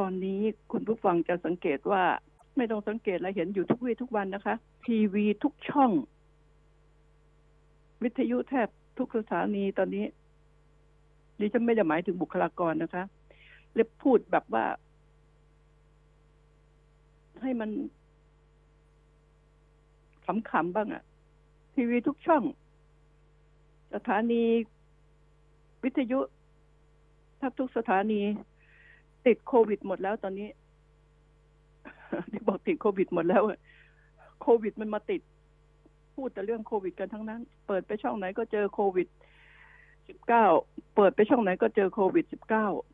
อนนี้คุณผู้ฟังจะสังเกตว่าไม่ต้องสังเกตและเห็นอยู่ทุกวี่ทุกวันนะคะทีวีทุกช่องวิทยุแทบทุกสถานีตอนนี้ดิฉันไม่ได้หมายถึงบุคลากรนะคะเล็บพูดแบบว่าให้มันขำๆบ้างอะทีวีทุกช่องสถานีวิทยุแทบทุกสถานีติดโควิดหมดแล้วตอนนี้ ที่บอกติดโควิดหมดแล้วโควิดมันมาติดพูดแต่เรื่องโควิดกันทั้งนั้นเปิดไปช่องไหนก็เจอโควิด19เปิดไปช่องไหนก็เจอโควิด19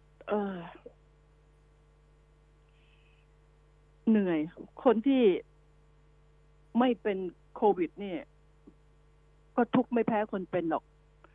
เหนื่อยคนที่ไม่เป็นโควิดนี่ก็ทุกข์ไม่แพ้คนเป็นหรอก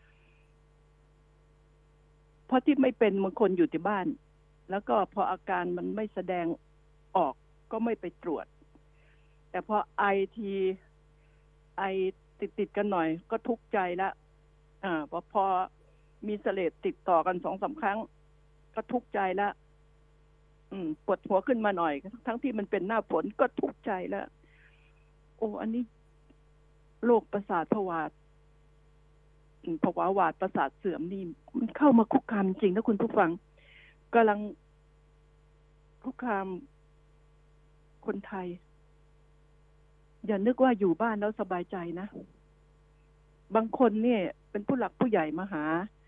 เพราะที่ไม่เป็นบางคนอยู่ที่บ้านแล้วก็พออาการมันไม่แสดงออกก็ไม่ไปตรวจแต่พอไอติดกันหน่อยก็ทุกข์ใจละพอมีเสลดติดต่อกัน 2-3 ครั้งก็ทุกข์ใจละปวดหัวขึ้นมาหน่อยทั้งที่มันเป็นหน้าฝนก็ทุกข์ใจแล้วโอ้อันนี้โรคประสาทผวาหวาดประสาทเสื่อมนี่มันเข้ามาคุกคามจริงนะคุณผู้ฟังกำลังคุกคามคนไทยอย่านึกว่าอยู่บ้านแล้วสบายใจนะบางคนเนี่ยเป็นผู้หลักผู้ใหญ่มาหา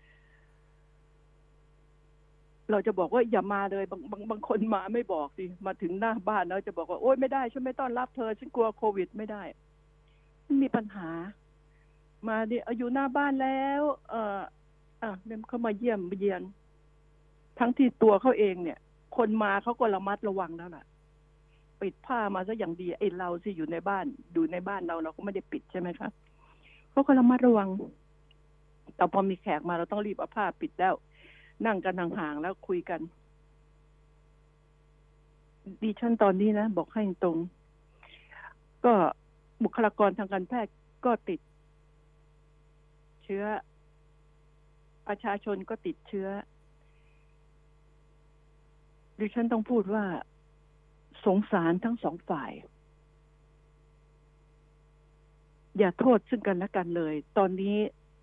เราจะบอกว่าอย่ามาเลยบางคนมาไม่บอกสิมาถึงหน้าบ้านแล้วจะบอกว่าโอ๊ยไม่ได้ฉันไม่ต้อนรับเธอฉันกลัวโควิดไม่ได้มันมีปัญหามาดิอยู่หน้าบ้านแล้วเขามาเยี่ยมเยียนทั้งที่ตัวเขาเองเนี่ยคนมาเขาก็ระมัดระวังแล้วล่ะปิดผ้ามาซะอย่างดีไอ้เราสิอยู่ในบ้านเราก็ไม่ได้ปิดใช่ไหมคะเขาก็ระมัดระวังแต่พอมีแขกมาเราต้องรีบเอาผ้าปิดแล้วนั่งกันห่างๆแล้วคุยกันดิฉันตอนนี้นะบอกให้ตรงก็บุคลากรทางการแพทย์ก็ติดเชื้อประชาชนก็ติดเชื้อดิฉันต้องพูดว่าสงสารทั้งสองฝ่ายอย่าโทษซึ่งกันและกันเลยตอนนี้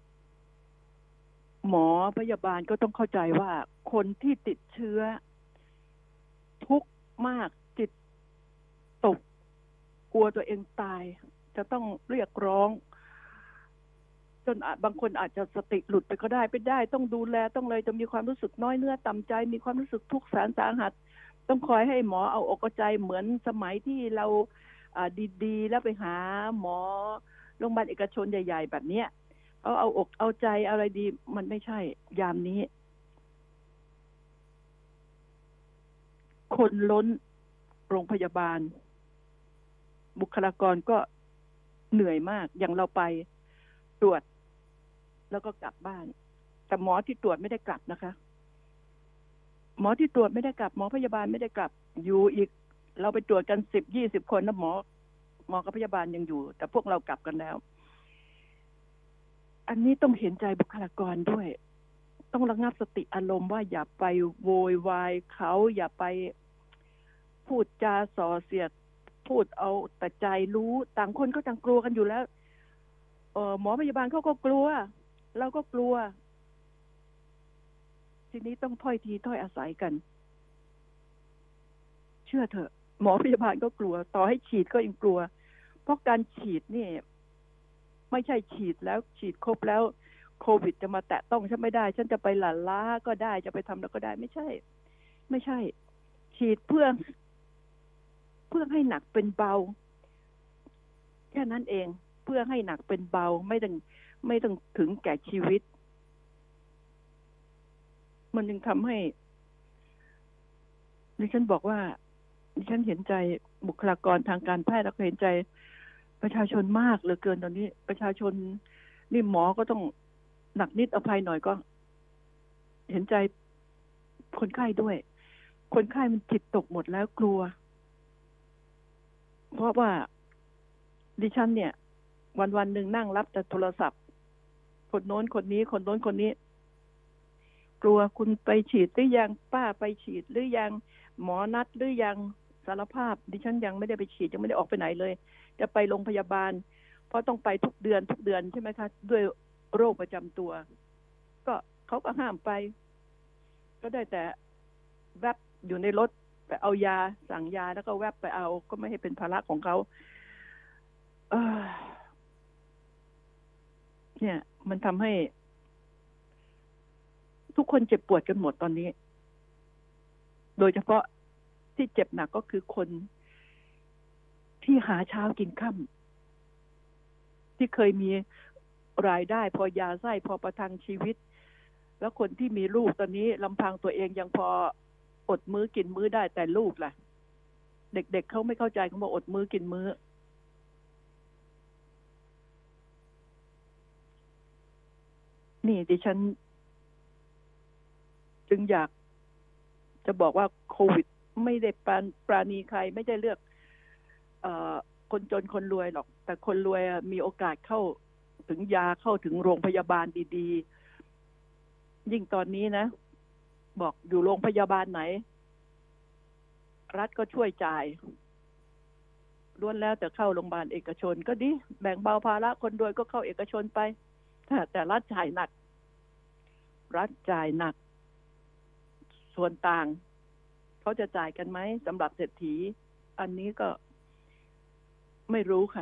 หมอพยาบาลก็ต้องเข้าใจว่าคนที่ติดเชื้อทุกข์มากจิตตกกลัวตัวเองตายจะต้องเรียกร้องจนบางคนอาจจะสติหลุดไปก็ได้ต้องดูแลต้องเลยจะมีความรู้สึกน้อยเนื้อต่ำใจมีความรู้สึกทุกข์แสนสาหัสต้องคอยให้หมอเอาอกเอาใจเหมือนสมัยที่เราดีๆแล้วไปหาหมอโรงพยาบาลเอกชนใหญ่ๆแบบเนี้ยเอาอกเอาใจอะไรดีมันไม่ใช่ยามนี้คนล้นโรงพยาบาลบุคลากรก็เหนื่อยมากอย่างเราไปตรวจแล้วก็กลับบ้านแต่หมอที่ตรวจไม่ได้กลับนะคะหมอที่ตรวจไม่ได้กลับหมอพยาบาลไม่ได้กลับอยู่อีกเราไปตรวจกัน10-20 คนนะหมอกับพยาบาลยังอยู่แต่พวกเรากลับกันแล้วอันนี้ต้องเห็นใจบุคลากรด้วยต้องระงับสติอารมณ์ว่าอย่าไปโวยวายเขาอย่าไปพูดจาส่อเสียดพูดเอาแต่ใจรู้ต่างคนก็ต่างกลัวกันอยู่แล้วหมอพยาบาลเขาก็กลัวเราก็กลัวทีนี้ต้องถ้อยทีถ้อยอาศัยกันเชื่อเถอะหมอพยาบาลก็กลัวต่อให้ฉีดก็ยังกลัวเพราะการฉีดนี่ไม่ใช่ฉีดแล้วฉีดครบแล้วโควิดจะมาแตะต้องฉันไม่ได้ฉันจะไปหลั่นล้าก็ได้จะไปทำแล้วก็ได้ไม่ใช่ฉีดเพื่อให้หนักเป็นเบาแค่นั้นเองเพื่อให้หนักเป็นเบาไม่ต้องถึงแก่ชีวิตมันจึงทำให้ดิฉันบอกว่าดิฉันเห็นใจบุคลากรทางการแพทย์แล้วก็เห็นใจประชาชนมากเหลือเกินตอนนี้ประชาชนนี่หมอก็ต้องหนักนิดอภัยหน่อยก็เห็นใจคนไข้ด้วยคนไข้มันจิตตกหมดแล้วกลัวเพราะว่าดิฉันเนี่ยวันหนึ่งนั่งรับแต่โทรศัพท์คนโน้นคนนี้คนโน้นคนนี้กลัวคุณไปฉีดหรือยังป้าไปฉีดหรือยังหมอนัดหรือยังสารภาพดิฉันยังไม่ได้ไปฉีดยังไม่ได้ออกไปไหนเลยจะไปโรงพยาบาลเพราะต้องไปทุกเดือนใช่ไหมคะด้วยโรคประจำตัวก็เขาก็ห้ามไปก็ได้แต่แวบอยู่ในรถไปเอายาสั่งยาแล้วก็แวบไปเอาก็ไม่ให้เป็นภาระของเขาเนี่ยมันทำให้ทุกคนเจ็บปวดกันหมดตอนนี้โดยเฉพาะที่เจ็บหนักก็คือคนที่หาเช้ากินค่ำที่เคยมีรายได้พอยาไส้พอประทังชีวิตแล้วคนที่มีลูกตอนนี้ลำพังตัวเองยังพออดมื้อกินมื้อได้แต่ลูกล่ะเด็กๆ เขาไม่เข้าใจเขาบอกอดมื้อกินมื้อนี่ดิฉันจึงอยากจะบอกว่าโควิดไม่ได้ปราณีใครไม่ได้เลือกคนจนคนรวยหรอกแต่คนรวยมีโอกาสเข้าถึงยาเข้าถึงโรงพยาบาลดีๆยิ่งตอนนี้นะบอกอยู่โรงพยาบาลไหนรัฐก็ช่วยจ่ายล้วนแล้วแต่เข้าโรงพยาบาลเอกชนก็ดีแบ่งเบาภาระคนรวยก็เข้าเอกชนไปแต่รัฐจ่ายหนักส่วนต่างเขาจะจ่ายกันไหมสำหรับเศรษฐีอันนี้ก็ไม่รู้ค่ะ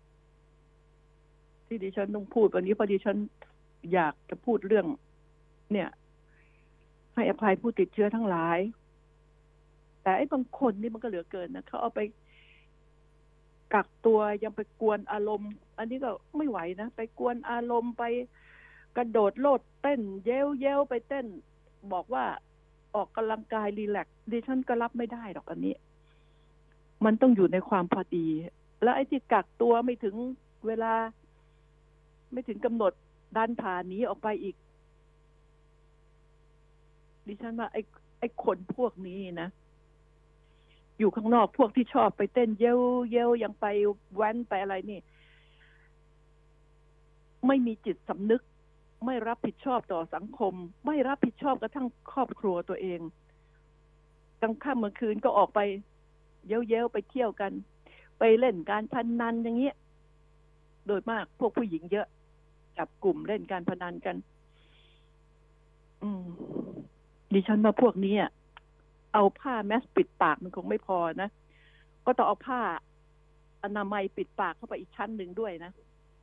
ที่ดิฉันต้องพูดวันนี้เพราะดิฉันอยากจะพูดเรื่องเนี่ยให้อภัยผู้ติดเชื้อทั้งหลายแต่ไอ้บางคนนี่มันก็เหลือเกินนะเขาเอาไปกักตัวยังไปกวนอารมณ์อันนี้ก็ไม่ไหวนะไปกวนอารมณ์ไปกระโดดโลดเต้นเย้วไปเต้นบอกว่าออกกำลังกายรีแลกซ์ดิฉันก็รับไม่ได้หรอกอันนี้มันต้องอยู่ในความพอดีแล้วไอ้ที่กักตัวไม่ถึงเวลาไม่ถึงกำหนดดันผ่านหนีออกไปอีกดิฉันว่าไอ้คนพวกนี้นะอยู่ข้างนอกพวกที่ชอบไปเต้นเย้วยังไปแว้นไปอะไรนี่ไม่มีจิตสำนึกไม่รับผิดชอบต่อสังคมไม่รับผิดชอบกระทั่งครอบครัวตัวเองกลางค่ำกลางคืนก็ออกไปเย้วไปเที่ยวกันไปเล่นการพนันอย่างเงี้ยโดยมากพวกผู้หญิงเยอะจับกลุ่มเล่นการพนันกันดิฉันว่าพวกนี้เอาผ้าแมสปิดปากมันคงไม่พอนะก็ต้องเอาผ้าอนามัยปิดปากเข้าไปอีกชั้นหนึ่งด้วยนะ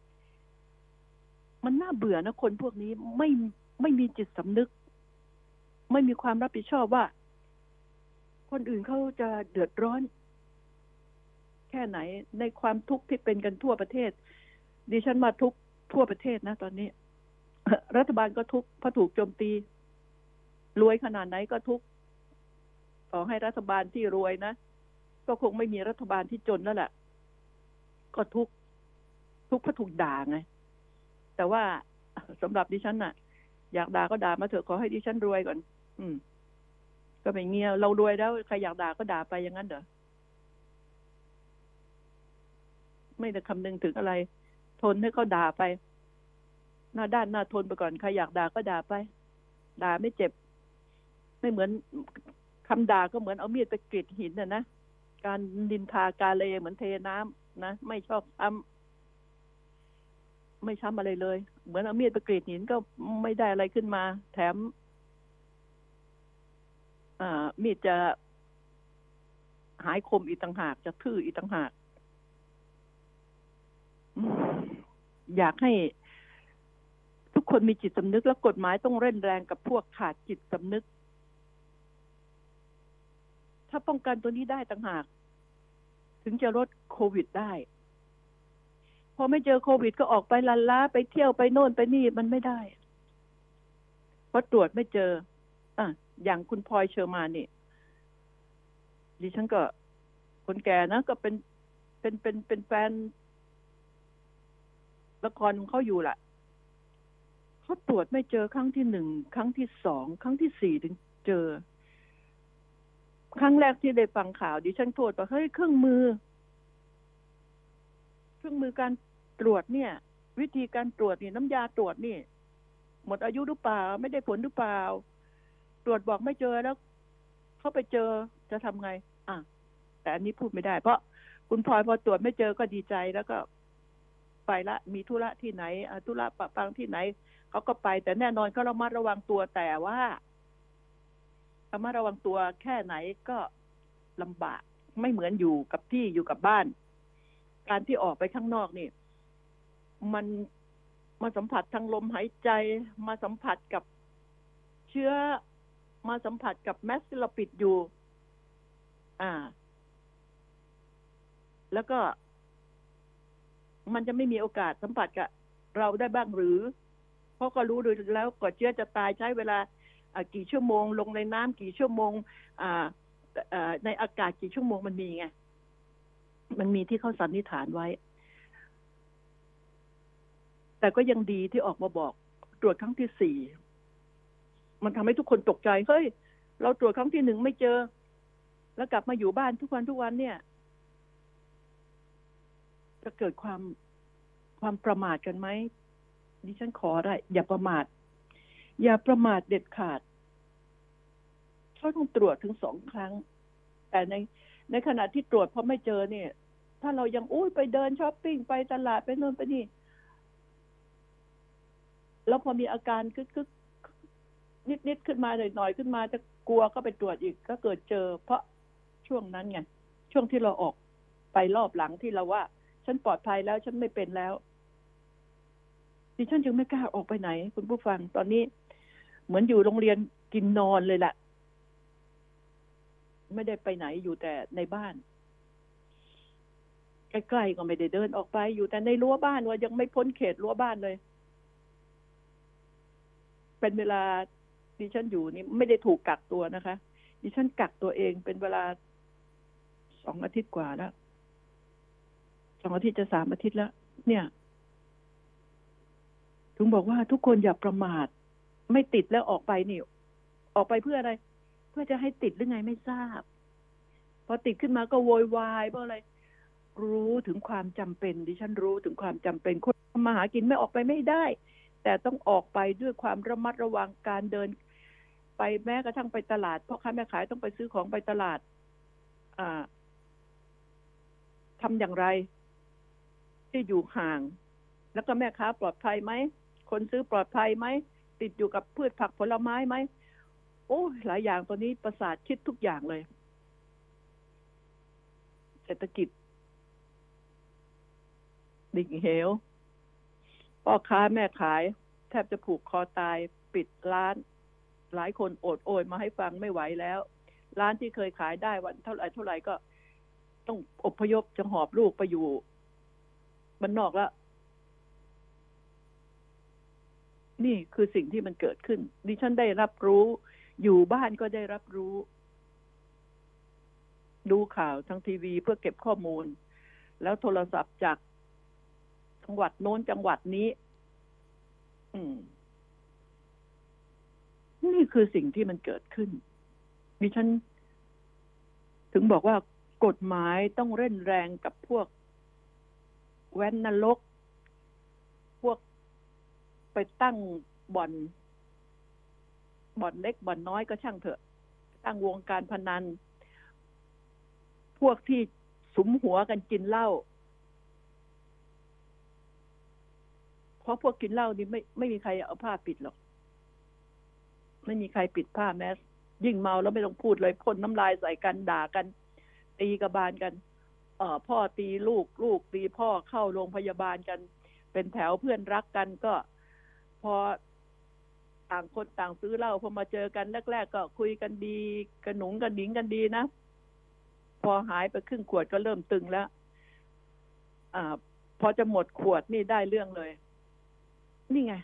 มันน่าเบื่อนะคนพวกนี้ไม่มีจิตสำนึกไม่มีความรับผิดชอบว่าคนอื่นเขาจะเดือดร้อนแค่ไหนในความทุกข์ที่เป็นกันทั่วประเทศดิฉันมาทุกข์ทั่วประเทศนะตอนนี้รัฐบาลก็ทุกข์เพราะถูกโจมตีรวยขนาดไหนก็ทุกข์ต่อให้รัฐบาลที่รวยนะก็คงไม่มีรัฐบาลที่จนแล้วแหละก็ทุกข์เพราะถูกด่าไงแต่ว่าสำหรับดิฉันน่ะอยากด่าก็ด่ามาเถอะขอให้ดิฉันรวยก่อนก็ไม่เงี้ยเรารวยแล้วใครอยากด่าก็ด่าไปอย่างนั้นเหรอไม่ได้คำนึงถึงอะไรทนให้เขาด่าไปหน้าด้านหน้าทนไปก่อนใครอยากด่าก็ด่าไปด่าไม่เจ็บไม่เหมือนคำด่าก็เหมือนเอามีดไปกรีดหินนะการนินทากาเลเหมือนเทน้ำนะไม่ชอบไม่ช้ำอะไรเลยเหมือนเอามีดไปกรีดหินก็ไม่ได้อะไรขึ้นมาแถมมีดจะหายคมอีกต่างหากจะทื่ออีกต่างหากอยากให้ทุกคนมีจิตสำนึกและกฎหมายต้องเร่งแรงกับพวกขาดจิตสำนึกถ้าป้องกันตัวนี้ได้ต่างหากถึงจะลดโควิดได้พอไม่เจอโควิดก็ออกไปลันล้าไปเที่ยวไปโน่นไปนี่มันไม่ได้เพราะตรวจไม่เจออย่างคุณพลอยเชอร์มานนี่ดิฉันก็คนแก่นะก็เป็นแฟนละครของเขาอยู่แหละเขาตรวจไม่เจอครั้งที่1ครั้งที่2ครั้งที่4ถึงเจอครั้งแรกที่ได้ฟังข่าวดิฉันโทษว่าเฮ้ยเครื่องมือการตรวจเนี่ยวิธีการตรวจนี่น้ำยาตรวจนี่หมดอายุหรือเปล่าไม่ได้ผลหรือเปล่าตรวจบอกไม่เจอแล้วเขาไปเจอจะทำไงอ่ะแต่อันนี้พูดไม่ได้เพราะคุณพลอยพอตรวจไม่เจอก็ดีใจแล้วก็ไปละมีธุระที่ไหนธุระปะปังที่ไหนเขาก็ไปแต่แน่นอนก็ระมัดระวังตัวแต่ว่าระมัดระวังตัวแค่ไหนก็ลำบากไม่เหมือนอยู่กับที่อยู่กับบ้านการที่ออกไปข้างนอกนี่มันมาสัมผัสทางลมหายใจมาสัมผัสกับเชื้อมาสัมผัสกับแมสที่เราปิดอยู่แล้วก็มันจะไม่มีโอกาสสัมผัสกับเราได้บ้างหรือเพราะก็รู้โดยแล้วก่อนเชื้อจะตายใช้เวลากี่ชั่วโมงลงในน้ำกี่ชั่วโมงในอากาศกี่ชั่วโมงมันมีไงมันมีที่เขาสันนิษฐานไว้แต่ก็ยังดีที่ออกมาบอกตรวจครั้งที่4มันทำให้ทุกคนตกใจเฮ้ยเราตรวจครั้งที่1ไม่เจอแล้วกลับมาอยู่บ้านทุกวันเนี่ยจะเกิดความประมาทกันไหมดิฉันขอได้อย่าประมาทเด็ดขาดเขาต้องตรวจถึง2 ครั้งแต่ในขณะที่ตรวจพอไม่เจอเนี่ยถ้าเรายังไปเดินช้อปปิ้งไปตลาดไปโน่นไปนี่แล้วพอมีอาการคึกนิดขึ้นมาหน่อยขึ้นมาจะกลัวก็ไปตรวจอีกก็เกิดเจอเพราะช่วงนั้นไงช่วงที่เราออกไปรอบหลังที่เราว่าฉันปลอดภัยแล้วฉันไม่เป็นแล้วดิฉันจึงไม่กล้าออกไปไหนคุณผู้ฟังตอนนี้เหมือนอยู่โรงเรียนกินนอนเลยแหละไม่ได้ไปไหนอยู่แต่ในบ้านใกล้ๆก็ไม่ได้เดินออกไปอยู่แต่ในรั้วบ้านว่ายังไม่พ้นเขตรั้วบ้านเลยเป็นเวลาดิฉันอยู่นี่ไม่ได้ถูกกักตัวนะคะดิฉันกักตัวเองเป็นเวลา2 อาทิตย์กว่าแล้ว2 อาทิตย์จะ3 อาทิตย์แล้วเนี่ยถึงบอกว่าทุกคนอย่าประมาทไม่ติดแล้วออกไปนี่ออกไปเพื่ออะไรเพื่อจะให้ติดหรือไงไม่ทราบพอติดขึ้นมาก็โวยวายเพราะอะไรรู้ถึงความจำเป็นดิฉันรู้ถึงความจำเป็นคนมาหากินไม่ออกไปไม่ได้แต่ต้องออกไปด้วยความระมัดระวังการเดินไปแม้กระทั่งไปตลาดพ่อค้าแม่ขายต้องไปซื้อของไปตลาดทำอย่างไรที่อยู่ห่างแล้วก็แม่ค้าปลอดภัยไหมคนซื้อปลอดภัยไหมติดอยู่กับพืชผักผลไม้ไหมโอ้หลายอย่างตัวนี้ประสาทคิดทุกอย่างเลยเศรษฐกิจดิ่งเหวพ่อค้าแม่ขายแทบจะผูกคอตายปิดร้านหลายคนโอดโอยมาให้ฟังไม่ไหวแล้วร้านที่เคยขายได้วันเท่าไหร่ก็ต้องอพยพจะหอบลูกไปอยู่บ้านนอกแล้วนี่คือสิ่งที่มันเกิดขึ้นดิฉันได้รับรู้อยู่บ้านก็ได้รับรู้ดูข่าวทางทีวีเพื่อเก็บข้อมูลแล้วโทรศัพท์จากจังหวัดโน้นจังหวัดนี้นี่คือสิ่งที่มันเกิดขึ้นดิฉันถึงบอกว่ากฎหมายต้องเร่งแรงกับพวกแว้นนรกพวกไปตั้งบ่อนเล็กบ่อนน้อยก็ช่างเถอะตั้งวงการพนันพวกที่สุมหัวกันกินเหล้าเพราะพวกกินเหล้านี่ไม่มีใครเอาผ้าปิดหรอกไม่มีใครปิดผ้าแมสยิ่งเมาแล้วไม่ต้องพูดเลยพ่นน้ำลายใส่กันด่ากันตีกระบาลกันพ่อตีลูกตีพ่อเข้าโรงพยาบาลกันเป็นแถวเพื่อนรักกันก็พอต่างคนต่างซื้อเหล้าพอมาเจอกันแรกๆก็คุยกันดีกระหนุงกันหนิงกันดีนะพอหายไปครึ่งขวดก็เริ่มตึงแล้วพอจะหมดขวดนี่ได้เรื่องเลยนี่ไง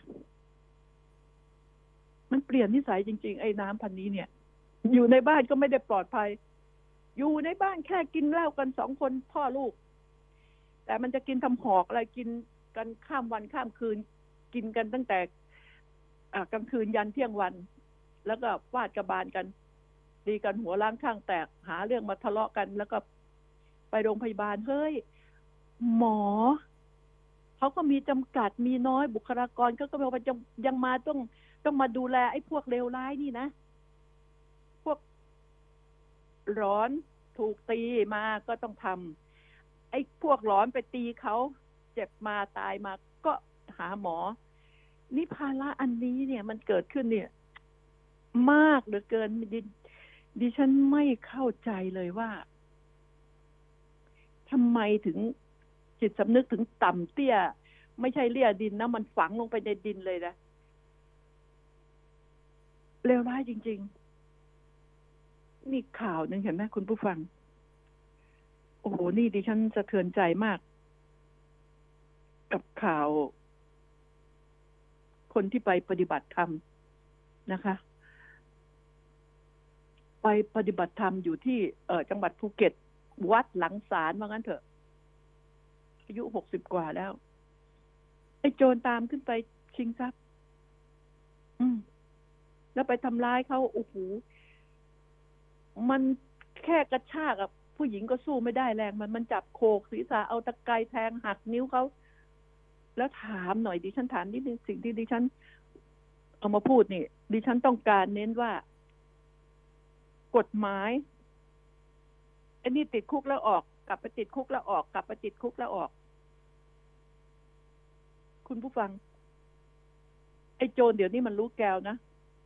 มันเปลี่ยนนิสัยจริงๆไอ้น้ำพันนี้เนี่ยอยู่ในบ้านก็ไม่ได้ปลอดภัยอยู่ในบ้านแค่กินเหล้ากัน2 คนพ่อลูกแต่มันจะกินทำหอกอะไรกินกันข้ามวันข้ามคืนกินกันตั้งแต่กลางคืนยันเที่ยงวันแล้วก็ฟาดกระบาลกันดีกันหัวล้างข้างแตกหาเรื่องมาทะเลาะกันแล้วก็ไปโรงพยาบาลเฮ้ยหมอเขาก็มีจำกัดมีน้อยบุคลากรก็บอกว่ายังมาต้องมาดูแลไอ้พวกเลวร้ายนี่นะร้อนถูกตีมาก็ต้องทำไอ้พวกร้อนไปตีเขาเจ็บมาตายมาก็หาหมอนี่ภาระอันนี้เนี่ยมันเกิดขึ้นเนี่ยมากเหลือเกินดิฉันไม่เข้าใจเลยว่าทำไมถึงจิตสำนึกถึงต่ำเตี้ยไม่ใช่เลี่ยดินนะมันฝังลงไปในดินเลยนะเลวร้ายจริงๆนี่ข่าวนึงเห็นไหมคุณผู้ฟังโอ้โหนี่ดิฉันสะเทือนใจมากกับข่าวคนที่ไปปฏิบัติธรรมนะคะไปปฏิบัติธรรมอยู่ที่จังหวัดภูเก็ตวัดหลังศาลว่างั้นเถอะอายุ60 กว่าแล้วไอ้โจรตามขึ้นไปชิงทรัพย์แล้วไปทำร้ายเขาโอ้โหมันแค่กระชากกับผู้หญิงก็สู้ไม่ได้แรงมันจับโขกศีรษะเอาตะไคร้แทงหักนิ้วเขาแล้วถามหน่อยดิฉันถามนิดนึงสิ่งที่ดิฉันเอามาพูดนี่ดิฉันต้องการเน้นว่ากฎหมายไอ้นี่ติดคุกแล้วออกกลับไปติดคุกแล้วออกกลับไปติดคุกแล้วออกคุณผู้ฟังไอ้โจรเดี๋ยวนี้มันรู้แก้วนะ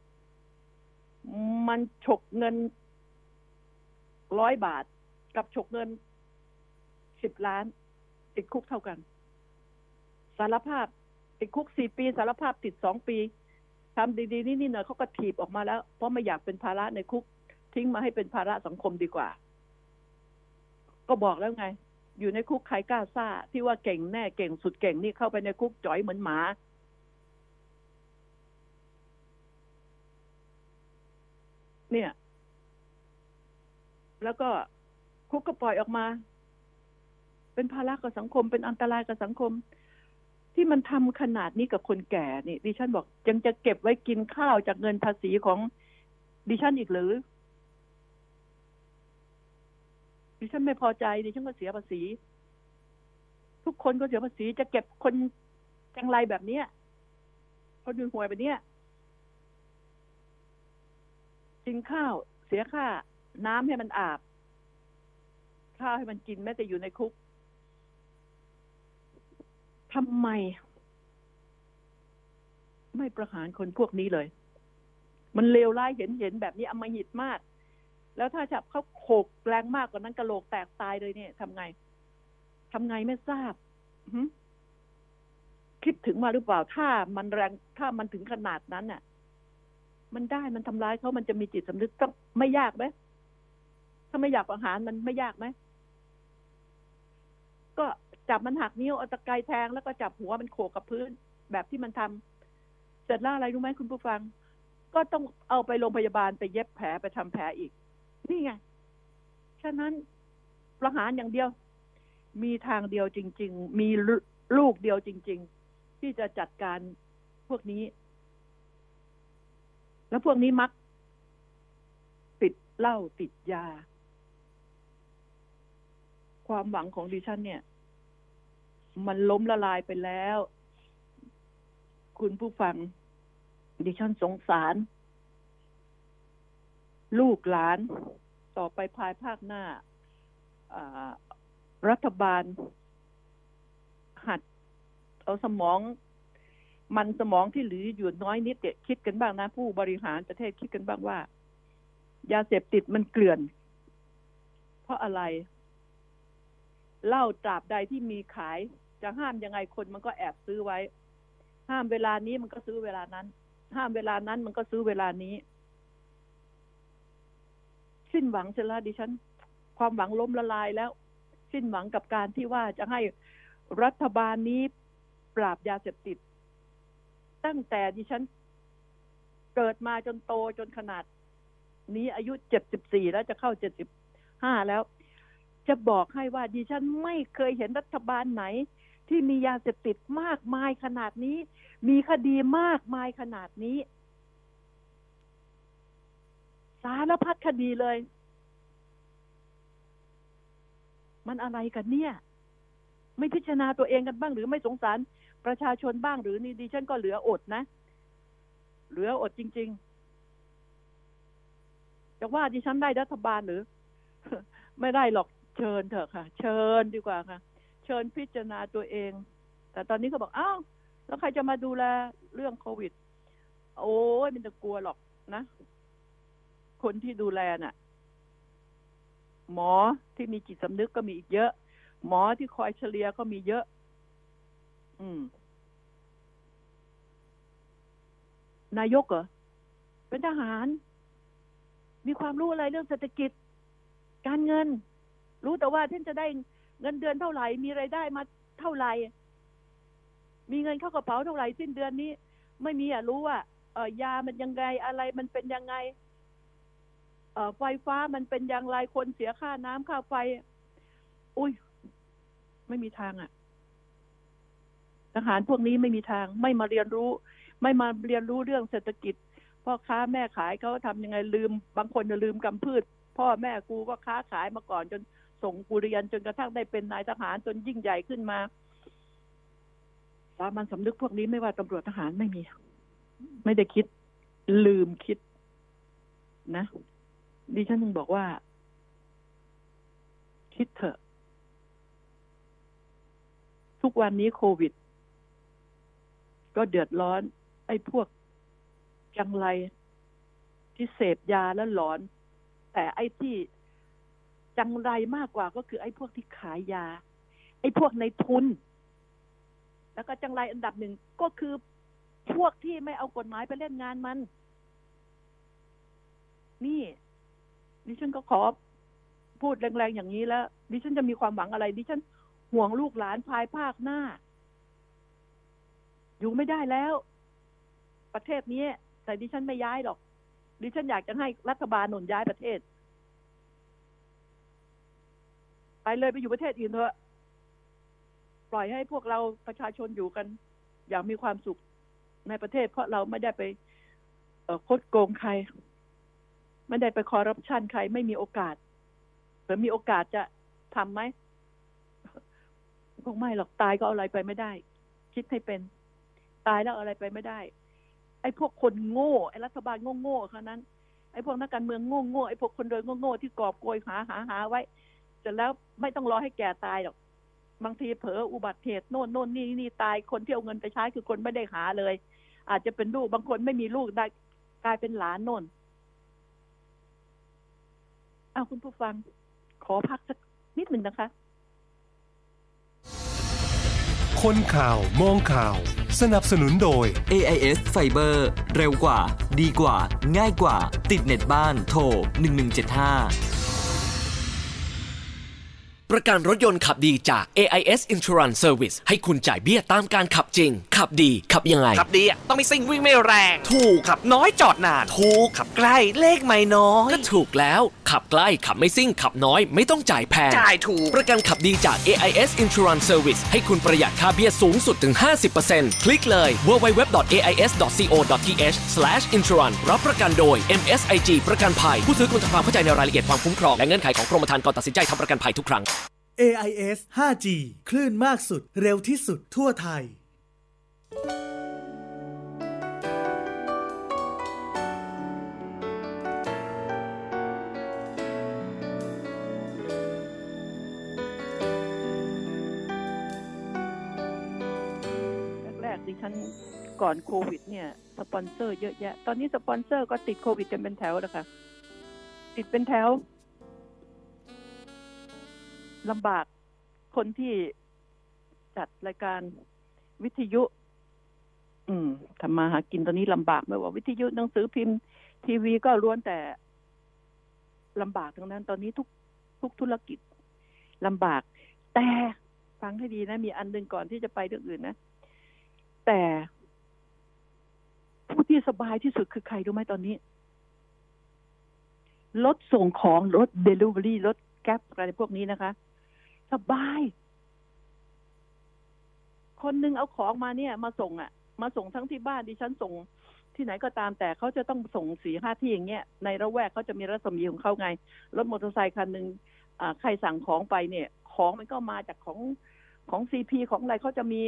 มันฉกเงิน100 บาทกับฉกเงิน10 ล้านติดคุกเท่ากันสารภาพติดคุก4 ปีสารภาพติด2 ปีทำดีๆนี่หน่อยเขาก็ถีบออกมาแล้วเพราะไม่อยากเป็นภาระในคุกทิ้งมาให้เป็นภาระสังคมดีกว่าก็บอกแล้วไงอยู่ในคุกใครกล้าซ่าที่ว่าเก่งแน่เก่งสุดเก่งนี่เข้าไปในคุกจ่อยเหมือนหมาเนี่ยแล้วก็คุกก็ปล่อยออกมาเป็นภาระกับสังคมเป็นอันตรายกับสังคมที่มันทำขนาดนี้กับคนแก่นี่ดิฉันบอกยังจะเก็บไว้กินข้าวจากเงินภาษีของดิฉันอีกหรือดิฉันไม่พอใจดิฉันก็เสียภาษีทุกคนก็เสียภาษีจะเก็บคนจังไรแบบนี้คนดูห่วยแบบนี้กินข้าวเสียค่าน้ำให้มันอาบข้าวให้มันกินแม้แต่อยู่ในคุกทำไมไม่ประหารคนพวกนี้เลยมันเลวร้ายเห็นแบบนี้อำมหิตมากแล้วถ้าจับเขาโขกแรงมากกว่านั้นกะโหลกแตกตายเลยเนี่ยทำไงไม่ทราบคิดถึงมาหรือเปล่าถ้ามันแรงถ้ามันถึงขนาดนั้นน่ะมันทำร้ายเขามันจะมีจิตสำนึกต้องไม่ยากไหมถ้าไม่อยากประหารมันไม่ยากไหมก็จับมันหักนิ้วเอาตะไคร้แทงแล้วก็จับหัวมันโขกกับพื้นแบบที่มันทำเสร็จแล้วอะไรรู้ไหมคุณผู้ฟังก็ต้องเอาไปโรงพยาบาลไปเย็บแผลไปทำแผลอีกนี่ไงฉะนั้นประหารอย่างเดียวมีทางเดียวจริงๆมีลูกเดียวจริงๆที่จะจัดการพวกนี้แล้วพวกนี้มักติดเหล้าติดยาความหวังของดิฉันเนี่ยมันล้มละลายไปแล้วคุณผู้ฟังดิฉันสงสารลูกหลานต่อไปภายภาคหน้ารัฐบาลหัดเอาสมองที่เหลืออยู่น้อยนิดเดียวคิดกันบ้างนะผู้บริหารประเทศคิดกันบ้างว่ายาเสพติดมันเกลื่อนเพราะอะไรเหล้าตราบใดที่มีขายจะห้ามยังไงคนมันก็แอบซื้อไว้ห้ามเวลานี้มันก็ซื้อเวลานั้นห้ามเวลานั้นมันก็ซื้อเวลานี้สิ้นหวังเสียแล้วดิฉันความหวังล้มละลายแล้วสิ้นหวังกับการที่ว่าจะให้รัฐบาลนี้ปราบยาเสพติดตั้งแต่ดิฉันเกิดมาจนโตจนขนาดนี้อายุ74แล้วจะเข้า75แล้วจะบอกให้ว่าดิฉันไม่เคยเห็นรัฐบาลไหนที่มียาเสพติดมากมายขนาดนี้มีคดีมากมายขนาดนี้สารพัดคดีเลยมันอะไรกันเนี่ยไม่พิจารณาตัวเองกันบ้างหรือไม่สงสารประชาชนบ้างหรือนี่ดิฉันก็เหลืออดนะเหลืออดจริงๆจะว่าดิฉันได้รัฐบาลหรือไม่ได้หรอกเชิญเถอะค่ะเชิญดีกว่าค่ะเชิญพิจารณาตัวเองแต่ตอนนี้เขาบอกอ้าวแล้วใครจะมาดูแลเรื่องโควิดโอ้ยมันจะกลัวหรอกนะคนที่ดูแลน่ะหมอที่มีจิตสำนึกก็มีอีกเยอะหมอที่คอยเฉลี่ยก็มีเยอะนายกเหรอเป็นทหารมีความรู้อะไรเรื่องเศรษฐกิจการเงินรู้แต่ว่าท่านจะได้เงินเดือนเท่าไหร่มีรายได้มาเท่าไหร่มีเงินเข้ากระเป๋าเท่าไหร่สิ้นเดือนนี้ไม่มีรู้ว่ายามันยังไงอะไรมันเป็นยังไงไฟฟ้ามันเป็นอย่างไรคนเสียค่าน้ำค่าไฟอุ้ยไม่มีทางทหารพวกนี้ไม่มีทางไม่มาเรียนรู้เรื่องเศรษฐกิจพ่อค้าแม่ขายเขาทำยังไงลืมบางคนจะลืมกำพืชพ่อแม่กูก็ค้าขายมาก่อนจนส่งกูเรียนจนกระทั่งได้เป็นนายทหารจนยิ่งใหญ่ขึ้นมาสามัญสำนึกพวกนี้ไม่ว่าตำรวจทหารไม่ได้คิดลืมคิดนะดิฉันยังบอกว่าคิดเถอะทุกวันนี้โควิดก็เดือดร้อนไอ้พวกจังไรที่เสพยาแล้วหลอนแต่ไอ้ที่จังไรมากกว่าก็คือไอ้พวกที่ขายยาไอ้พวกในทุนแล้วก็จังไรอันดับหนึ่งก็คือพวกที่ไม่เอากฎหมายไปเล่นงานมันนี่ดิฉันก็ขอพูดแรงๆอย่างนี้แล้วดิฉันจะมีความหวังอะไรดิฉันห่วงลูกหลานภายภาคหน้าอยู่ไม่ได้แล้วประเทศนี้แต่ดิฉันไม่ย้ายหรอกดิฉันอยากจะให้รัฐบาลหนุนย้ายประเทศไปเลยไปอยู่ประเทศอื่นเถอะปล่อยให้พวกเราประชาชนอยู่กันอย่างมีความสุขในประเทศเพราะเราไม่ได้ไปคดโกงใครไม่ได้ไปคอร์รัปชันใครไม่มีโอกาสหรือมีโอกาสจะทำไหมคงไม่หรอกตายก็เอาอะไรไปไม่ได้คิดให้เป็นตายแล้วอะไรไปไม่ได้ไอ้พวกคนโง่ไอ้รัฐบาลโง่ๆเท่านั้นไอ้พวกนักการเมืองโง่ๆไอ้พวกคนรวยโง่ๆที่กอบโกยหาไว้เสร็จแล้วไม่ต้องรอให้แก่ตายหรอกบางทีเผลออุบัติเหตุโน่นนี่ตายคนที่เอาเงินไปใช้คือคนไม่ได้หาเลยอาจจะเป็นลูกบางคนไม่มีลูกได้กลายเป็นหลานโน่นคุณผู้ฟังขอพักสักนิดหนึ่งนะคะคนข่าวมองข่าวสนับสนุนโดย AIS Fiber เร็วกว่าดีกว่าง่ายกว่าติดเน็ตบ้านโทร1175ประกันรถยนต์ขับดีจาก AIS Insurance Service ให้คุณจ่ายเบี้ยตามการขับจริงขับดีขับยังไงขับดีต้องไม่ซิ่งวิ่งไม่แรงถูกขับน้อยจอดนานถูกขับใกล้เลขไม่น้อยก็ถูกแล้วขับใกล้ขับไม่ซิ่งขับน้อยไม่ต้องจ่ายแพงจ่ายถูกประกันขับดีจาก AIS Insurance Service ให้คุณประหยัดค่าเบี้ยสูงสุดถึง 50% คลิกเลย www.ais.co.th/insurance รับประกันโดย MSIG ประกันภัยผู้ซื้อควรทำความเข้าใจในรายละเอียดความคุ้มครองและเงื่อนไขของกรมธรรม์ก่อนตัดสินใจทำประกันภัยทุกครั้ง AIS 5G คลื่นมากสุดเร็วที่สุดทั่วไทยแรกๆดิฉันก่อนโควิดเนี่ยสปอนเซอร์เยอะแยะตอนนี้สปอนเซอร์ก็ติดโควิดกันเป็นแถวแล้วค่ะติดเป็นแถวลำบากคนที่จัดรายการวิทยุทำมาหากินตอนนี้ลำบากไม่ว่าวิทยุหนังสือพิมพ์ทีวีก็ล้วนแต่ลำบากทั้งนั้นตอนนี้ทุกธุรกิจลำบากแต่ฟังให้ดีนะมีอันนึงก่อนที่จะไปเรื่องอื่นนะแต่ผู้ที่สบายที่สุดคือใครรู้ไหมตอนนี้รถส่งของรถเดลิเวอรี่รถแก๊ปอะไรพวกนี้นะคะสบายคนนึงเอาของมาเนี่ยมาส่งทั้งที่บ้านดิฉันส่งที่ไหนก็ตามแต่เขาจะต้องส่ง 4-5 ที่อย่างเงี้ยในระแวกเขาจะมีรัศมีของเขาไงรถมอเตอร์ไซค์คันนึงใครสั่งของไปเนี่ยของมันก็มาจากของ CP ของอะไรเขาจะมี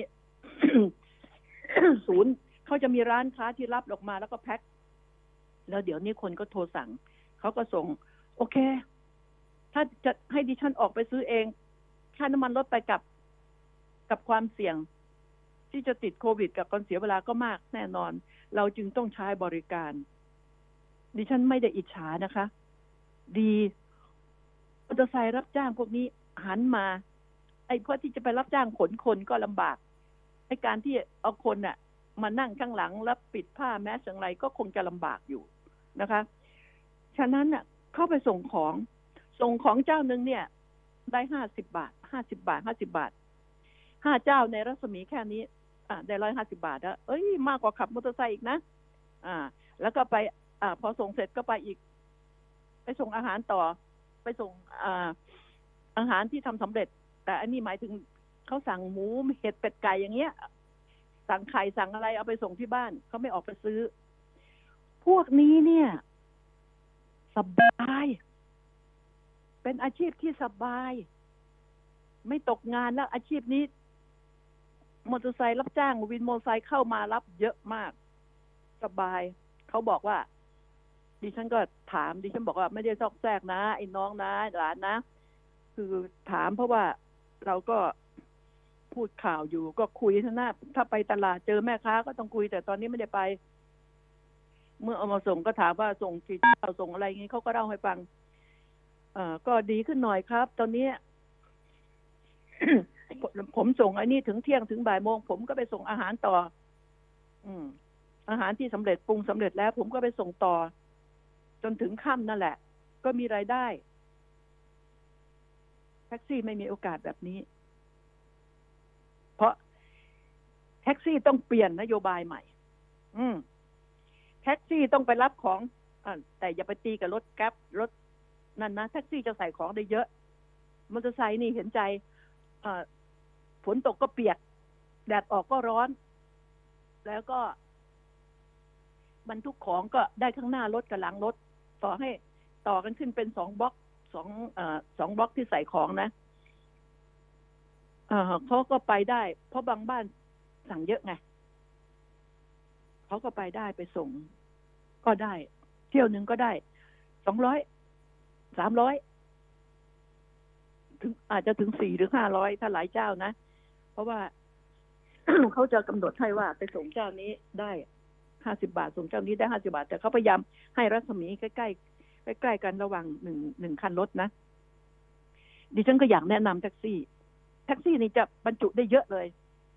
ศูนย์เขาจะมีร้านค้าที่รับออกมาแล้วก็แพ็คแล้วเดี๋ยวนี้คนก็โทรสั่งเขาก็ส่งโอเคถ้าจะให้ดิฉันออกไปซื้อเองค่าน้ำมันลดไปกับความเสี่ยงที่จะติดโควิดกับการเสียเวลาก็มากแน่นอนเราจึงต้องใช้บริการดิฉันไม่ได้อิจฉานะคะดีมอเตอร์ไซค์รับจ้างพวกนี้หันมาไอ้เพราะที่จะไปรับจ้างขนคนก็ลำบากไอ้การที่เอาคนน่ะมานั่งข้างหลังแล้วปิดผ้าแมสอย่างไรก็คงจะลำบากอยู่นะคะฉะนั้นน่ะเข้าไปส่งของเจ้านึงเนี่ยได้50 บาท50 บาท50 บาท5เจ้าในรัศมีแค่นี้ได้150 บาทแล้วเอ้ยมากกว่าขับมอเตอร์ไซค์อีกนะแล้วก็ไปพอส่งเสร็จก็ไปอีกไปส่งอาหารต่อไปส่งอาหารที่ทำสำเร็จแต่อันนี้หมายถึงเขาสั่งหมูเห็ดเป็ดไก่อย่างเงี้ยสั่งไข่สั่งอะไรเอาไปส่งที่บ้านเขาไม่ออกไปซื้อพวกนี้เนี่ยสบายเป็นอาชีพที่สบายไม่ตกงานแล้วอาชีพนี้มอเตอร์ไซค์รับจ้างวินมอเตอร์ไซค์เข้ามารับเยอะมากสบายเขาบอกว่าดิฉันก็ถามดิฉันบอกว่าไม่ได้ซอกแซกนะไอ้น้องนะหลานนะคือถามเพราะว่าเราก็พูดข่าวอยู่ก็คุยถ้าไปตลาดเจอแม่ค้าก็ต้องคุยแต่ตอนนี้ไม่ได้ไปเมื่อเอามาส่งก็ถามว่าส่งกี่เจ้าส่งอะไรงี้เขาก็เล่าให้ฟังก็ดีขึ้นหน่อยครับตอนนี้ ผมส่งไอ้นี่ถึงเที่ยงถึงบ่ายโมงผมก็ไปส่งอาหารต่ออาหารที่สำเร็จปรุงสำเร็จแล้วผมก็ไปส่งต่อจนถึงค่ำนั่นแหละก็มีรายได้แท็กซี่ไม่มีโอกาสแบบนี้เพราะแท็กซี่ต้องเปลี่ยนนโยบายใหม่แท็กซี่ต้องไปรับของแต่อย่าไปตีกับรถแก๊ปรถนั่นนะแท็กซี่จะใส่ของได้เยอะมอเตอร์ไซค์นี่เห็นใจฝนตกก็เปียกแดดออกก็ร้อนแล้วก็บรรทุกของก็ได้ข้างหน้ารถกับหลังรถต่อให้ต่อกันขึ้นเป็น2 บล็อก2 บล็อกที่ใส่ของนะเขาก็ไปได้เพราะบางบ้านสั่งเยอะไงเขาก็ไปได้ไปส่งก็ได้เที่ยวนึงก็ได้200 300ถึงอาจจะถึง400 หรือ500ถ้าหลายเจ้านะเพราะว่า เขาจะกำหนดให้ว่าไปส่งเจ้านี้ได้50 บาทส่งเจ้านี้ได้50 บาทแต่เขาพยายามให้รัศมีใกล้ๆกันระหว่าง1คันรถนะดิฉันก็อยากแนะนำแท็กซี่นี่จะบรรจุได้เยอะเลย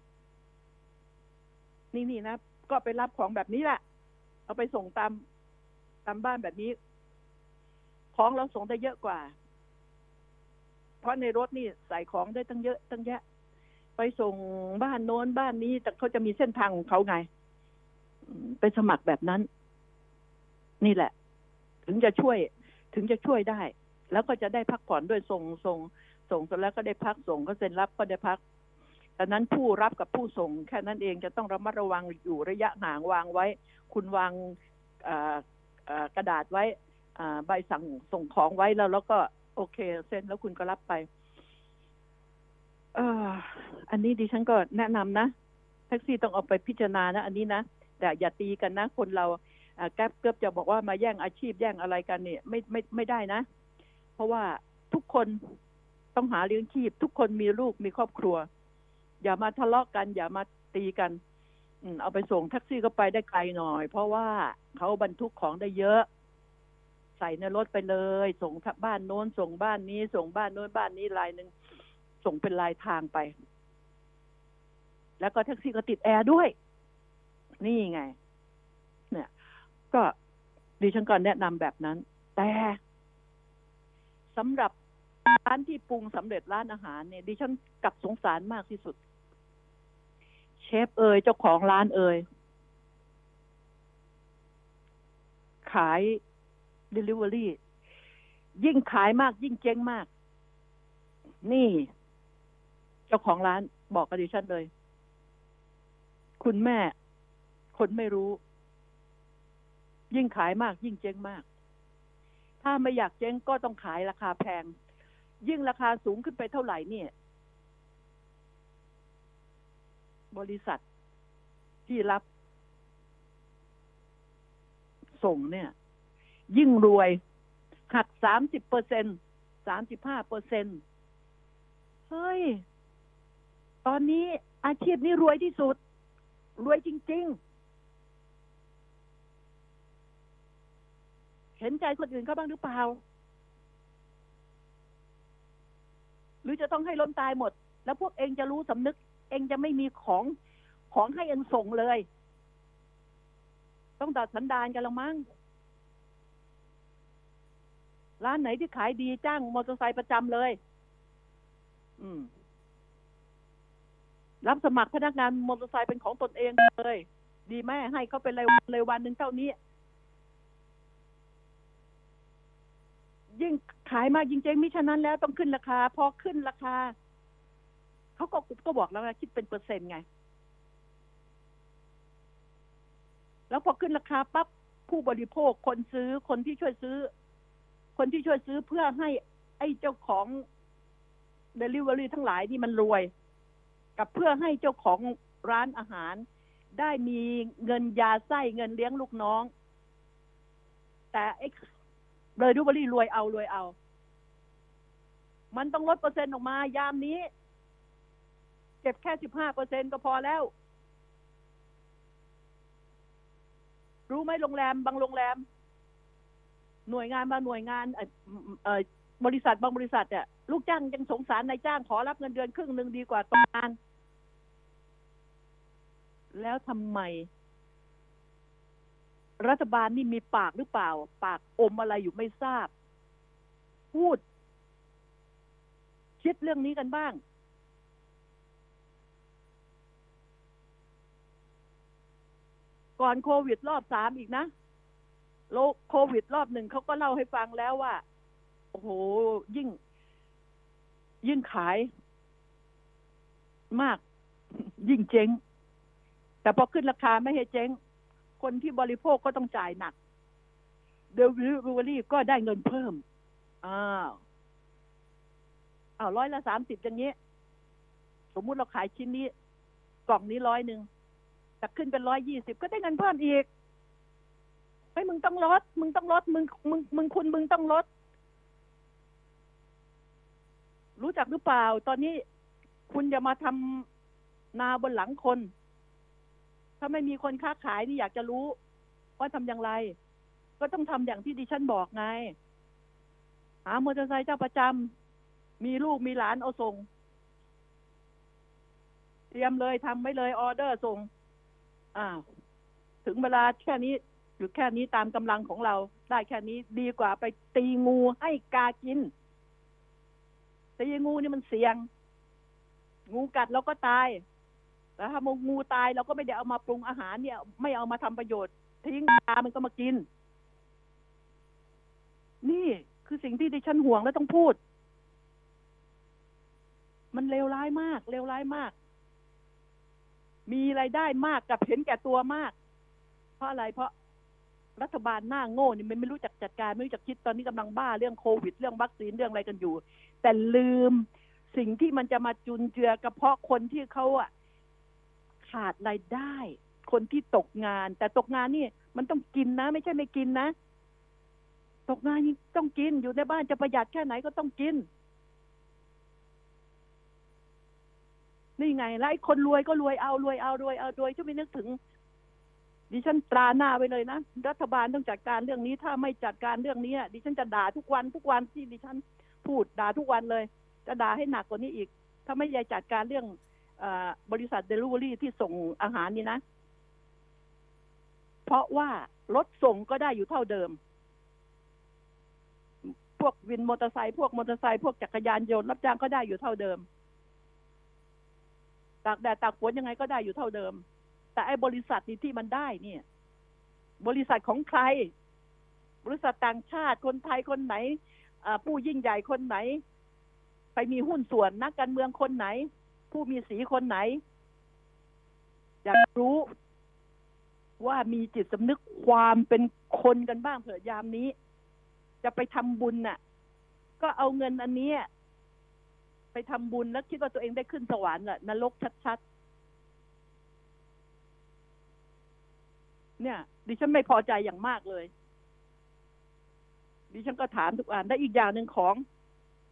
นี่นะก็ไปรับของแบบนี้แหละเอาไปส่งตามบ้านแบบนี้ของเราส่งได้เยอะกว่าเพราะในรถนี่ใส่ของได้ตั้งเยอะตั้งแยะไปส่งบ้านโน้นบ้านนี้แต่เขาจะมีเส้นทางของเขาไงไปสมัครแบบนั้นนี่แหละถึงจะช่วยได้แล้วก็จะได้พักผ่อนด้วยส่งเสร็จแล้วก็ได้พักส่งก็เซ็นรับก็ได้พักดังนั้นผู้รับกับผู้ส่งแค่นั้นเองจะต้องระมัดระวังอยู่ระยะห่างวางไว้คุณวางกระดาษไว้ใบสั่งส่งของไว้แล้วก็โอเคเซ็นแล้วคุณก็รับไปอันนี้ดิฉันก็แนะนำนะแท็กซี่ต้องเอาไปพิจารณานะอันนี้นะแต่อย่าตีกันนะคนเราแก๊ปเกือบจะบอกว่ามาแย่งอาชีพแย่งอะไรกันเนี่ยไม่ได้นะเพราะว่าทุกคนต้องหาเลี้ยงชีพทุกคนมีลูกมีครอบครัวอย่ามาทะเลาะกันอย่ามาตีกันเอาไปส่งแท็กซี่ก็ไปได้ไกลหน่อยเพราะว่าเขาบรรทุกของได้เยอะใส่ในรถไปเลยส่งบ้านโน้นส่งบ้านนี้ส่งบ้านโน้นบ้านนี้รายนึงส่งเป็นรายทางไปแล้วก็แท็กซี่ก็ติดแอร์ด้วยนี่ไงเนี่ยก็ดิฉันก็แนะนำแบบนั้นแต่สำหรับร้านที่ปรุงสำเร็จร้านอาหารเนี่ยดิฉันกลับสงสารมากที่สุดเชฟเจ้าของร้านขาย delivery ยิ่งขายมากยิ่งเจ๊งมากนี่เจ้าของร้านบอกกับดิฉันเลยคุณแม่คนไม่รู้ยิ่งขายมากยิ่งเจ๊งมากถ้าไม่อยากเจ๊งก็ต้องขายราคาแพงยิ่งราคาสูงขึ้นไปเท่าไหร่เนี่ยบริษัทที่รับส่งเนี่ยยิ่งรวยหัก 30% 35%เฮ้ยตอนนี้อาชีพนี้รวยที่สุดรวยจริงๆเห็นใจคนอื่นเขาบ้างหรือเปล่าหรือจะต้องให้ล้มตายหมดแล้วพวกเองจะรู้สำนึกเองจะไม่มีของให้เองส่งเลยต้องดัดสันดานกันละมั้งร้านไหนที่ขายดีจ้างมอเตอร์ไซค์ประจำเลยรับสมัครพนักงานมอเตอร์ไซค์เป็นของตนเองเลยดีแม่ให้เขาเป็นรายวันหนึ่งเท่านี้ยิ่งขายมากยิ่งเจ๊งมิฉะนั้นแล้วต้องขึ้นราคาพอขึ้นราคาเขาก็บอกแล้วนะคิดเป็นเปอร์เซ็นต์ไงแล้วพอขึ้นราคาปั๊บผู้บริโภคคนซื้อคนที่ช่วยซื้อเพื่อให้ไอ้เจ้าของ delivery ทั้งหลายนี่มันรวยกับเพื่อให้เจ้าของร้านอาหารได้มีเงินยาไส้เงินเลี้ยงลูกน้องแต่ไอ้delivery รวยเอามันต้องลดเปอร์เซ็นต์ออกมายามนี้เก็บแค่ 15% ก็พอแล้วรู้ไหมโรงแรมบางโรงแรมหน่วยงานบางหน่วยงานบริษัทบางบริษัทเนี่ยลูกจ้างยังสงสารนายจ้างขอรับเงินเดือนครึ่งนึงดีกว่าตกงานแล้วทำไมรัฐบาลนี่มีปากหรือเปล่าปากอมอะไรอยู่ไม่ทราบพูดคิดเรื่องนี้กันบ้างก่อนโควิดรอบ3อีกนะโควิดรอบ1เขาก็เล่าให้ฟังแล้วว่าโอ้โหยิ่งขายมากยิ่งเจ๊งแต่พอขึ้นราคาไม่ให้เจ๊งคนที่บริโภคก็ต้องจ่ายหนักdelivery ก็ได้เงินเพิ่ม130อย่างนี้สมมุติเราขายชิ้นนี้กล่องนี้100แต่ขึ้นเป็น120ก็ได้เงินเพิ่มอีกเฮ้ยมึงต้องลดมึงต้องลดรู้จักหรือเปล่าตอนนี้คุณอย่ามาทำนาบนหลังคนถ้าไม่มีคนค้าขายนี่อยากจะรู้ว่าทำอย่างไรก็ต้องทำอย่างที่ดิฉันบอกไงหามอเตอร์ไซค์เจ้าประจำมีลูกมีหลานเอาส่งเตรียมเลยทำไว้เลยออเดอร์ส่งถึงเวลาแค่นี้หยุดแค่นี้ตามกำลังของเราได้แค่นี้ดีกว่าไปตีงูให้กากินตีงูนี่มันเสี่ยงงูกัดเราก็ตายแล้วถ้างูตายเราก็ไม่ได้เอามาปรุงอาหารเนี่ยไม่เอามาทำประโยชน์ทิ้งปลามันก็มากินนี่คือสิ่งที่ดิฉันห่วงและต้องพูดมันเลวร้ายมากมีรายได้มากกับเห็นแก่ตัวมากเพราะอะไรเพราะรัฐบาลหน้าโง่นี่มันไม่รู้จักจัดการไม่รู้จักคิดตอนนี้กำลังบ้าเรื่องโควิดเรื่องวัคซีนเรื่องอะไรกันอยู่แต่ลืมสิ่งที่มันจะมาจุนเจือกระเพาะคนที่เขาขาดรายได้คนที่ตกงานแต่ตกงานนี่มันต้องกินนะไม่ใช่ไม่กินนะตกงานนี่ต้องกินอยู่ในบ้านจะประหยัดแค่ไหนก็ต้องกินนี่ไงแล้วไอ้คนรวยก็รวยเอาโดยจะไม่นึกถึงดิฉันตราหน้าไว้เลยนะรัฐบาลต้องจัดการเรื่องนี้ถ้าไม่จัดการเรื่องนี้ดิฉันจะด่าทุกวันที่ดิฉันพูดด่าทุกวันเลยจะด่าให้หนักกว่านี้อีกถ้าไม่ได้จัดการเรื่องบริษัทเดลิเวอรี่ที่ส่งอาหารนี่นะเพราะว่ารถส่งก็ได้อยู่เท่าเดิมพวกวินมอเตอร์ไซค์พวกจักรยานยนต์รับจ้างก็ได้อยู่เท่าเดิมตากแดดตากฝนยังไงก็ได้อยู่เท่าเดิมแต่ไอ้บริษัทนี่ที่มันได้เนี่ยบริษัทของใครบริษัทต่างชาติคนไทยคนไหนผู้ยิ่งใหญ่คนไหนไปมีหุ้นส่วนนักการเมืองคนไหนผู้มีสีคนไหนอยากรู้ว่ามีจิตสำนึกความเป็นคนกันบ้างเผื่อยามนี้จะไปทำบุญน่ะก็เอาเงินอันนี้ไปทำบุญแล้วคิดว่าตัวเองได้ขึ้นสวรรค์น่ะนรกชัดๆเนี่ยดิฉันไม่พอใจอย่างมากเลยดิฉันก็ถามทุกอันได้อีกอย่างหนึ่งของ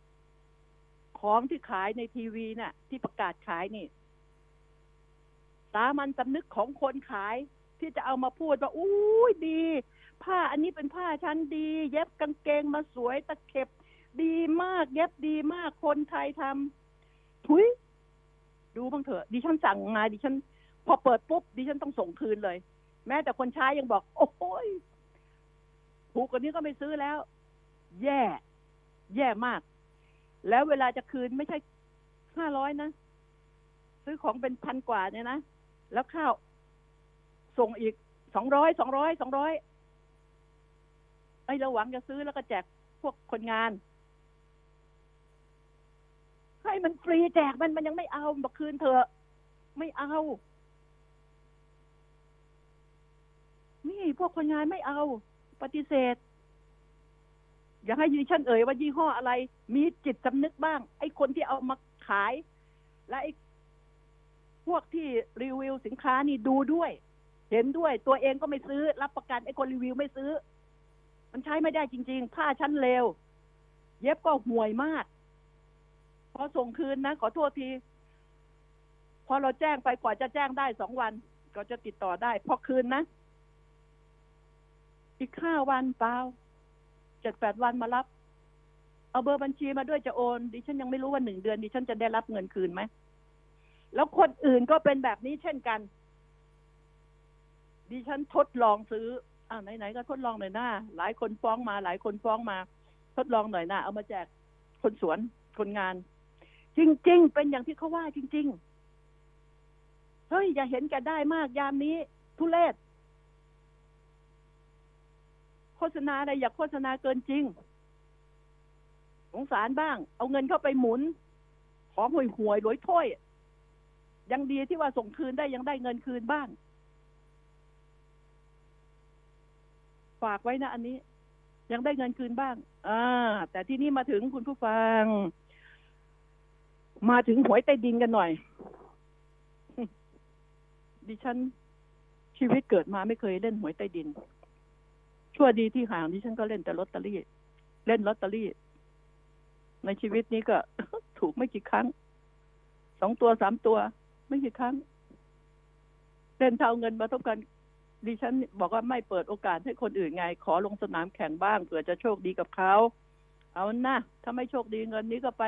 ของที่ขายในทีวีน่ะที่ประกาศขายนี่สามัญสำนึกของคนขายที่จะเอามาพูดว่าอู้ยดีผ้าอันนี้เป็นผ้าชั้นดีเย็บกางเกงมาสวยตะเข็บดีมากเย็บดีมากคนไทยทำทุยดูบ้างเถอะดิฉันสั่งมาดิฉันพอเปิดปุ๊บดิฉันต้องส่งคืนเลยแม้แต่คนใช้ยังบอกโอ้ยถูกกว่านี้ก็ไม่ซื้อแล้วแย่มากแล้วเวลาจะคืนไม่ใช่500นะซื้อของเป็นพันกว่าเนี่ยนะแล้วข้าวส่งอีก200ไอ้เราหวังจะซื้อแล้วก็แจกพวกคนงานให้มันฟรีแจกมันยังไม่เอาบอกคืนเถอะไม่เอานี่พวกคนงานไม่เอาปฏิเสธอยากให้ดิฉันเอ่ยว่ายี่ห้ออะไรมีจิตสำนึกบ้างไอ้คนที่เอามาขายและไอ้พวกที่รีวิวสินค้านี่ดูด้วยเห็นด้วยตัวเองก็ไม่ซื้อรับประกันไอ้คนรีวิวไม่ซื้อมันใช้ไม่ได้จริงๆผ้าชั้นเลวเย็บก็ห่วยมากพอส่งคืนนะขอโทษทีพอเราแจ้งไปกว่าจะแจ้งได้2 วันก็จะติดต่อได้พอคืนนะอีก5 วันเปล่า7-8 วันมารับเอาเบอร์บัญชีมาด้วยจะโอนดิฉันยังไม่รู้ว่า1 เดือนดิฉันจะได้รับเงินคืนไหมแล้วคนอื่นก็เป็นแบบนี้เช่นกันดิฉันทดลองซื้อไหนๆก็ทดลองหน่อยหน้าหลายคนฟ้องมาทดลองหน่อยหน้าเอามาแจกคนสวนคนงานจริงๆเป็นอย่างที่เขาว่าจริงๆเฮ้ยอย่าเห็นแก่ได้มากยามนี้ทุเรศโฆษณาอะไรอย่าโฆษณาเกินจริงสงสารบ้างเอาเงินเข้าไปหมุนของห่วยๆรวยถ้วยยังดีที่ว่าส่งคืนได้ยังได้เงินคืนบ้างฝากไว้นะอันนี้ยังได้เงินคืนบ้างแต่ที่นี่มาถึงคุณผู้ฟังมาถึงหวยใต้ดินกันหน่อยดิฉันชีวิตเกิดมาไม่เคยเล่นหวยใต้ดินชั่วดีที่ห่างดิฉันก็เล่นแต่ลอตเตอรี่ในชีวิตนี้ก็ ถูกไม่กี่ครั้ง2 ตัว 3 ตัวไม่กี่ครั้งเล่นเท่าเงินมาเท่ากันดิฉันบอกว่าไม่เปิดโอกาสให้คนอื่นไงขอลงสนามแข่งบ้างเผื่อจะโชคดีกับเขาเอานะถ้าไม่โชคดีเงินนี้ก็ไป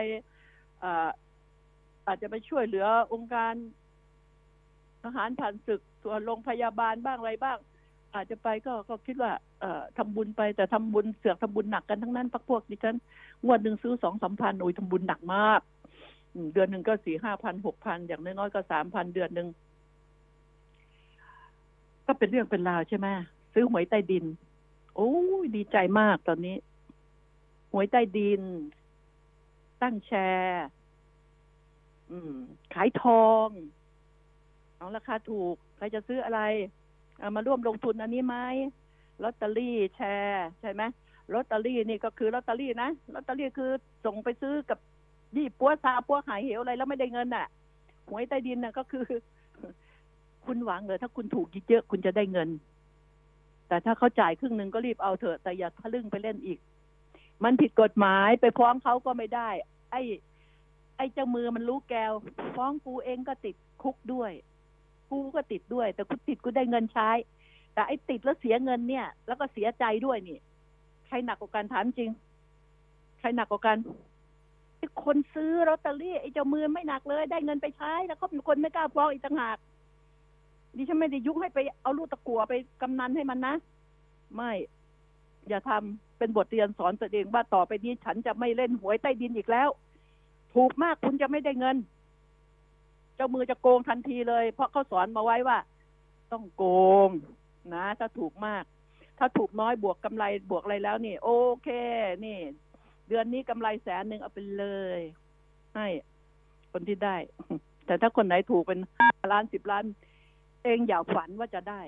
อาจจะไปช่วยเหลือองค์การทหารผ่านศึกส่วนโรงพยาบาลบ้างอะไรบ้างอาจจะไปก็คิดว่าทำบุญไปแต่ทำบุญเสือกทำบุญหนักกันทั้งนั้นพวกดิฉันงวดนึงซื้อ 2-3 พันโอ้ยทำบุญหนักมากเดือนนึงก็ 4-5 พัน 6 พันอย่างน้อยๆก็ 3,000 เดือนนึงก็เป็นเรื่องเป็นราวใช่ไหมซื้อหวยใต้ดินโอ้ยดีใจมากตอนนี้หวยใต้ดินตั้งแชร์ขายทองเอาราคาถูกใครจะซื้ออะไรเอามาร่วมลงทุนอันนี้ไหมลอตเตอรี่แชร์ใช่ไหมลอตเตอรี่นี่ก็คือลอตเตอรี่นะลอตเตอรี่คือส่งไปซื้อกับยี่ปัวซาปัวหายเหวอะไรแล้วไม่ได้เงินน่ะหวยใต้ดินน่ะก็คือคุณหวังเลยถ้าคุณถูกเยอะคุณจะได้เงินแต่ถ้าเขาจ่ายครึ่งนึงก็รีบเอาเถอะแต่อย่าทะลึ่งไปเล่นอีกมันผิดกฎหมายไปฟ้องเขาก็ไม่ได้ไอ้เจ้ามือมันรู้แก้วฟ้องกูเองก็ติดคุกด้วยกูก็ติดด้วยแต่กูติดกูได้เงินใช้แต่ไอ้ติดแล้วเสียเงินเนี่ยแล้วก็เสียใจด้วยนี่ใครหนักกว่ากันถามจริงใครหนักกว่ากันไอ้คนซื้อลอตเตอรี่ไอ้เจ้ามือไม่หนักเลยได้เงินไปใช้แล้วก็เป็นคนไม่กล้าฟ้องอีกต่างหากดิฉันไม่ได้ยุให้ไปเอาลูกตะกั่วไปกำนันให้มันนะไม่อย่าทำเป็นบทเรียนสอนตัวเองว่าต่อไปนี้ฉันจะไม่เล่นหวยใต้ดินอีกแล้วถูกมากคุณจะไม่ได้เงินเจ้ามือจะโกงทันทีเลยเพราะเขาสอนมาไว้ว่าต้องโกงนะถ้าถูกมากถ้าถูกน้อยบวกกำไรบวกอะไรแล้วนี่โอเคนี่เดือนนี้กำไร100,000เอาไปเลยให้คนที่ได้แต่ถ้าคนไหนถูกเป็น5 ล้าน10 ล้านเองอย่าฝันว่าจะได้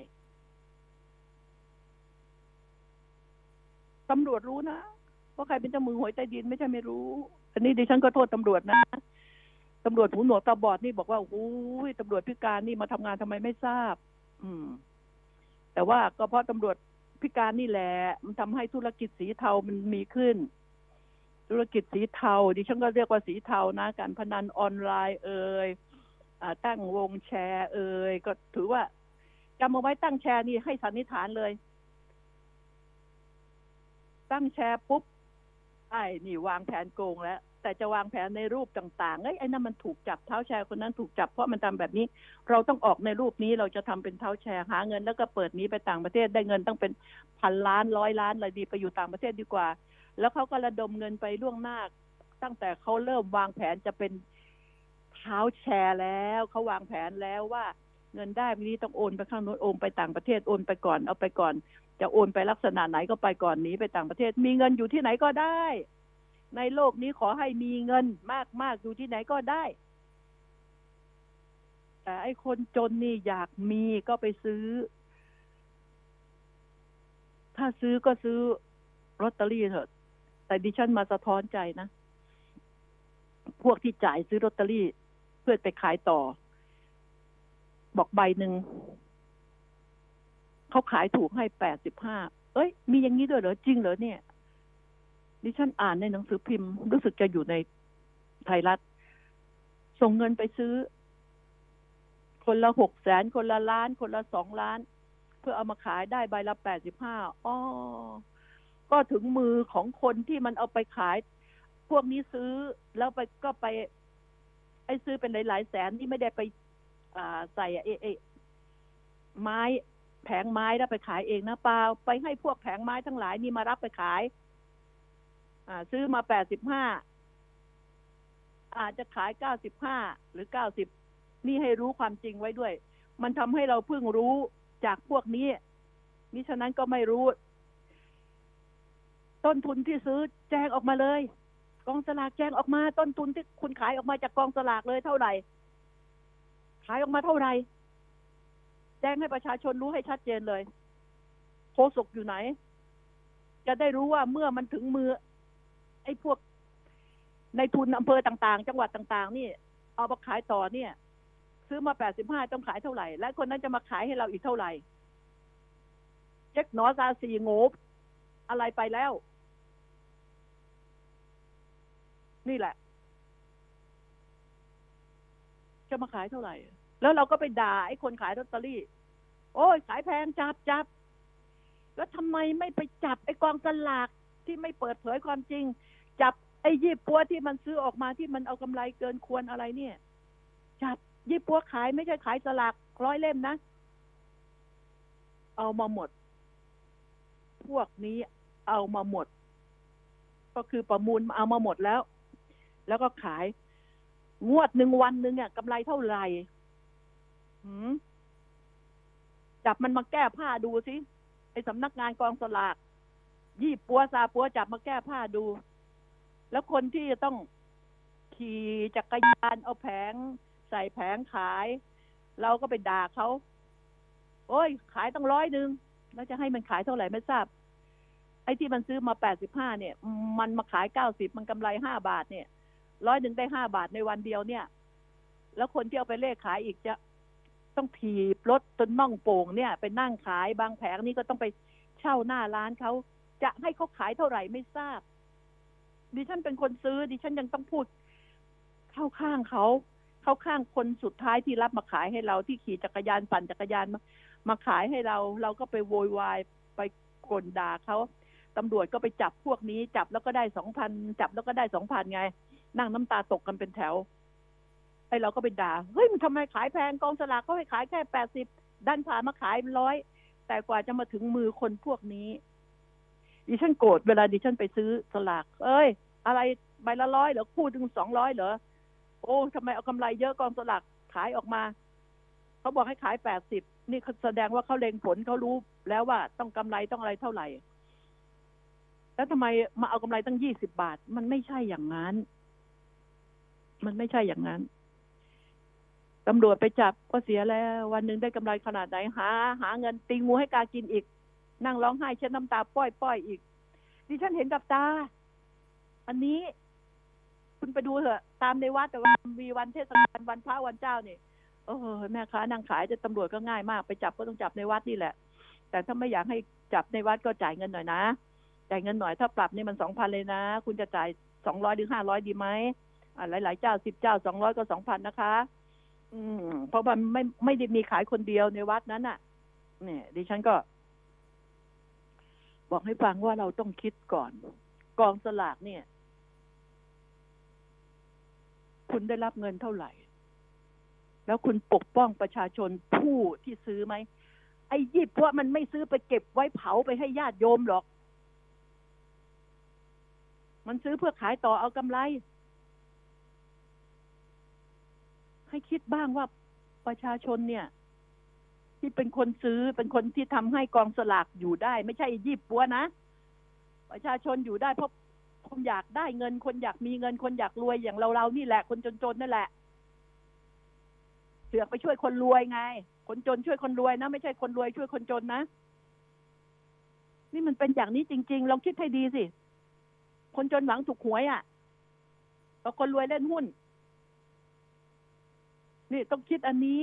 ตำรวจรู้นะว่าใครเป็นเจ้ามือหวยใต้ดินไม่ใช่ไม่รู้อันนี้ดิฉันก็โทษตำรวจนะตำรวจหูหนวกตาบอดนี่บอกว่าโอ้ยตำรวจพิการนี่มาทำงานทำไมไม่ทราบแต่ว่าก็เพราะตำรวจพิการนี่แหละมันทำให้ธุรกิจสีเทามันมีขึ้นธุรกิจสีเทาดิฉันก็เรียกว่าสีเทานะการพนันออนไลน์ตั้งวงแชร์ก็ถือว่าจำเอาไว้ตั้งแชร์นี่ให้สันนิษฐานเลยตั้งแชร์ปุ๊บนี่วางแผนโกงแล้วแต่จะวางแผนในรูปต่างๆไอ้นั่นมันถูกจับเท้าแชร์คนนั้นถูกจับเพราะมันทำแบบนี้เราต้องออกในรูปนี้เราจะทำเป็นเท้าแชร์หาเงินแล้วก็เปิดนี้ไปต่างประเทศได้เงินต้องเป็นพันล้าน100 ล้านอะไรดีไปอยู่ต่างประเทศดีกว่าแล้วเขาก็ระดมเงินไปล่วงหน้าตั้งแต่เขาเริ่มวางแผนจะเป็นเท้าแชร์แล้วเขาวางแผนแล้วว่าเงินได้นี้ต้องโอนไปข้างโน้นโอนไปต่างประเทศโอนไปก่อนเอาไปก่อนจะโอนไปลักษณะไหนก็ไปก่อนหนีไปต่างประเทศมีเงินอยู่ที่ไหนก็ได้ในโลกนี้ขอให้มีเงินมากๆอยู่ที่ไหนก็ได้แต่ไอ้คนจนนี่อยากมีก็ไปซื้อถ้าซื้อก็ซื้อลอตเตอรี่เถอะแต่ดิฉันมาสะท้อนใจนะพวกที่จ่ายซื้อลอตเตอรี่เพื่อไปขายต่อบอกใบหนึ่งเขาขายถูกให้85มีอย่างนี้ด้วยเหรอจริงเหรอเนี่ยดิฉันอ่านในหนังสือพิมพ์รู้สึกจะอยู่ในไทยรัฐส่งเงินไปซื้อคนละ600,000คนละล้านคนละ2 ล้านเพื่อเอามาขายได้ใบละ85ก็ถึงมือของคนที่มันเอาไปขายพวกนี้ซื้อแล้วไปซื้อเป็นหลายๆแสนที่ไม่ได้ไปใส่ไม้แผงไม้แล้วไปขายเองนะเปล่าไปให้พวกแผงไม้ทั้งหลายนี่มารับไปขายซื้อมา85อาจจะขาย95หรือ90นี่ให้รู้ความจริงไว้ด้วยมันทำให้เราเพิ่งรู้จากพวกนี้มิฉะนั้นก็ไม่รู้ต้นทุนที่ซื้อแจ้งออกมาเลยกองสลากแจ้งออกมาต้นทุนที่คุณขายออกมาจากกองสลากเลยเท่าไหร่ขายออกมาเท่าไหร่แจ้งให้ประชาชนรู้ให้ชัดเจนเลยโฆษกอยู่ไหนจะได้รู้ว่าเมื่อมันถึงมือไอ้พวกในทุนอำเภอต่างๆจังหวัดต่างๆนี่เอามาขายต่อเนี่ยซื้อมา85ต้องขายเท่าไหร่และคนนั้นจะมาขายให้เราอีกเท่าไหร่เจ๊กหนอซาซีโงบอะไรไปแล้วนี่แหละจะมาขายเท่าไหร่แล้วเราก็ไปด่าไอ้คนขายลอตเตอรี่โอ้ยขายแพงจับแล้วทำไมไม่ไปจับไอ้กองสลากที่ไม่เปิดเผยความจริงจับไอ้ยี่ปัวที่มันซื้อออกมาที่มันเอากำไรเกินควรอะไรเนี่ยจับยี่ปัวขายไม่ใช่ขายสลาก100 เล่มนะเอามาหมดพวกนี้เอามาหมดก็คือประมูลเอามาหมดแล้วก็ขายงวดหนึ่งวันหนึ่งเนี่ยกำไรเท่าไหร่จับมันมาแก้ผ้าดูสิไอ้สำนักงานกองสลากยี่ปัวซาปัวจับมาแก้ผ้าดูแล้วคนที่จะต้องขี่จักรยานเอาแผงใส่แผงขายเราก็ไปด่าเขาโอ้ยขายตั้ง100แล้วจะให้มันขายเท่าไหร่ไม่ทราบไอ้ที่มันซื้อมา85เนี่ยมันมาขาย90มันกำไร5 บาทเนี่ย100ได้5 บาทในวันเดียวเนี่ยแล้วคนที่เอาไปเลขขายอีกจะต้องถีบรถจนน่องโป่งเนี่ยไปนั่งขายบางแผงนี่ก็ต้องไปเช่าหน้าร้านเขาจะให้เขาขายเท่าไหร่ไม่ทราบดิฉันเป็นคนซื้อดิฉันยังต้องพูดเข้าข้างเขาเข้าข้างคนสุดท้ายที่รับมาขายให้เราที่ขี่จักรยานปั่นจักรยานมาขายให้เราก็ไปโวยวายไปกลด่าเขาตำรวจก็ไปจับพวกนี้จับแล้วก็ได้ 2,000 จับแล้วก็ได้ 2,000 ไงนั่งน้ำตาตกกันเป็นแถวไอ้เราก็ไปด่าเฮ้ยมันทำไมขายแพงกองสลากเขาให้ขายแค่80ดันผ่านมาขาย100แต่กว่าจะมาถึงมือคนพวกนี้ดิฉันโกรธเวลาดิฉันไปซื้อสลากอะไรใบละ100เหรอคู่ถึง200เหรอโอ้ทำไมเอากำไรเยอะกองสลากขายออกมาเขาบอกให้ขาย80นี่แสดงว่าเขาเล็งผลเขารู้แล้วว่าต้องกำไรต้องอะไรเท่าไหร่แล้วทำไมมาเอากำไรตั้ง20 บาทมันไม่ใช่อย่างนั้นมันไม่ใช่อย่างนั้นตำรวจไปจับก็เสียแล้ววันหนึ่งได้กำไรขนาดไหนหาเงินตีงูให้กากินอีกนั่งร้องไห้เช็ดน้ำตาป้อยอีกดิฉันเห็นกับตาอันนี้คุณไปดูเถอะตามในวัดแต่ว่ามีวันเทศกาลวันพระวันเจ้านี่แม่ค้านั่งขายจะตำรวจก็ง่ายมากไปจับก็ต้องจับในวัดนี่แหละแต่ถ้าไม่อยากให้จับในวัดก็จ่ายเงินหน่อยนะจ่ายเงินหน่อยถ้าปรับนี่มัน 2,000 เลยนะคุณจะจ่าย 200 หรือ 500ดีไหมหลายๆเจ้า10 เจ้า200ก็ 2,000 นะคะเพราะว่าไม่ได้มีขายคนเดียวในวัดนั้นน่ะเนี่ยดิฉันก็บอกให้ฟังว่าเราต้องคิดก่อนกองสลากเนี่ยคุณได้รับเงินเท่าไหร่แล้วคุณปกป้องประชาชนผู้ที่ซื้อไหมไอ้ยิบพวกมันไม่ซื้อไปเก็บไว้เผาไปให้ญาติโยมหรอกมันซื้อเพื่อขายต่อเอากำไรให้คิดบ้างว่าประชาชนเนี่ยที่เป็นคนซื้อเป็นคนที่ทำให้กองสลากอยู่ได้ไม่ใช่ยิบปัวนะประชาชนอยู่ได้เพราะคนอยากได้เงินคนอยากมีเงินคนอยากรวยอย่างเรานี่แหละคนจนๆนั่นแหละเสือกไปช่วยคนรวยไงคนจนช่วยคนรวยนะไม่ใช่คนรวยช่วยคนจนนะนี่มันเป็นอย่างนี้จริงๆลองคิดให้ดีสิคนจนหวังถูกหวยอ่ะแล้วคนรวยเล่นหุ้นนี่ต้องคิดอันนี้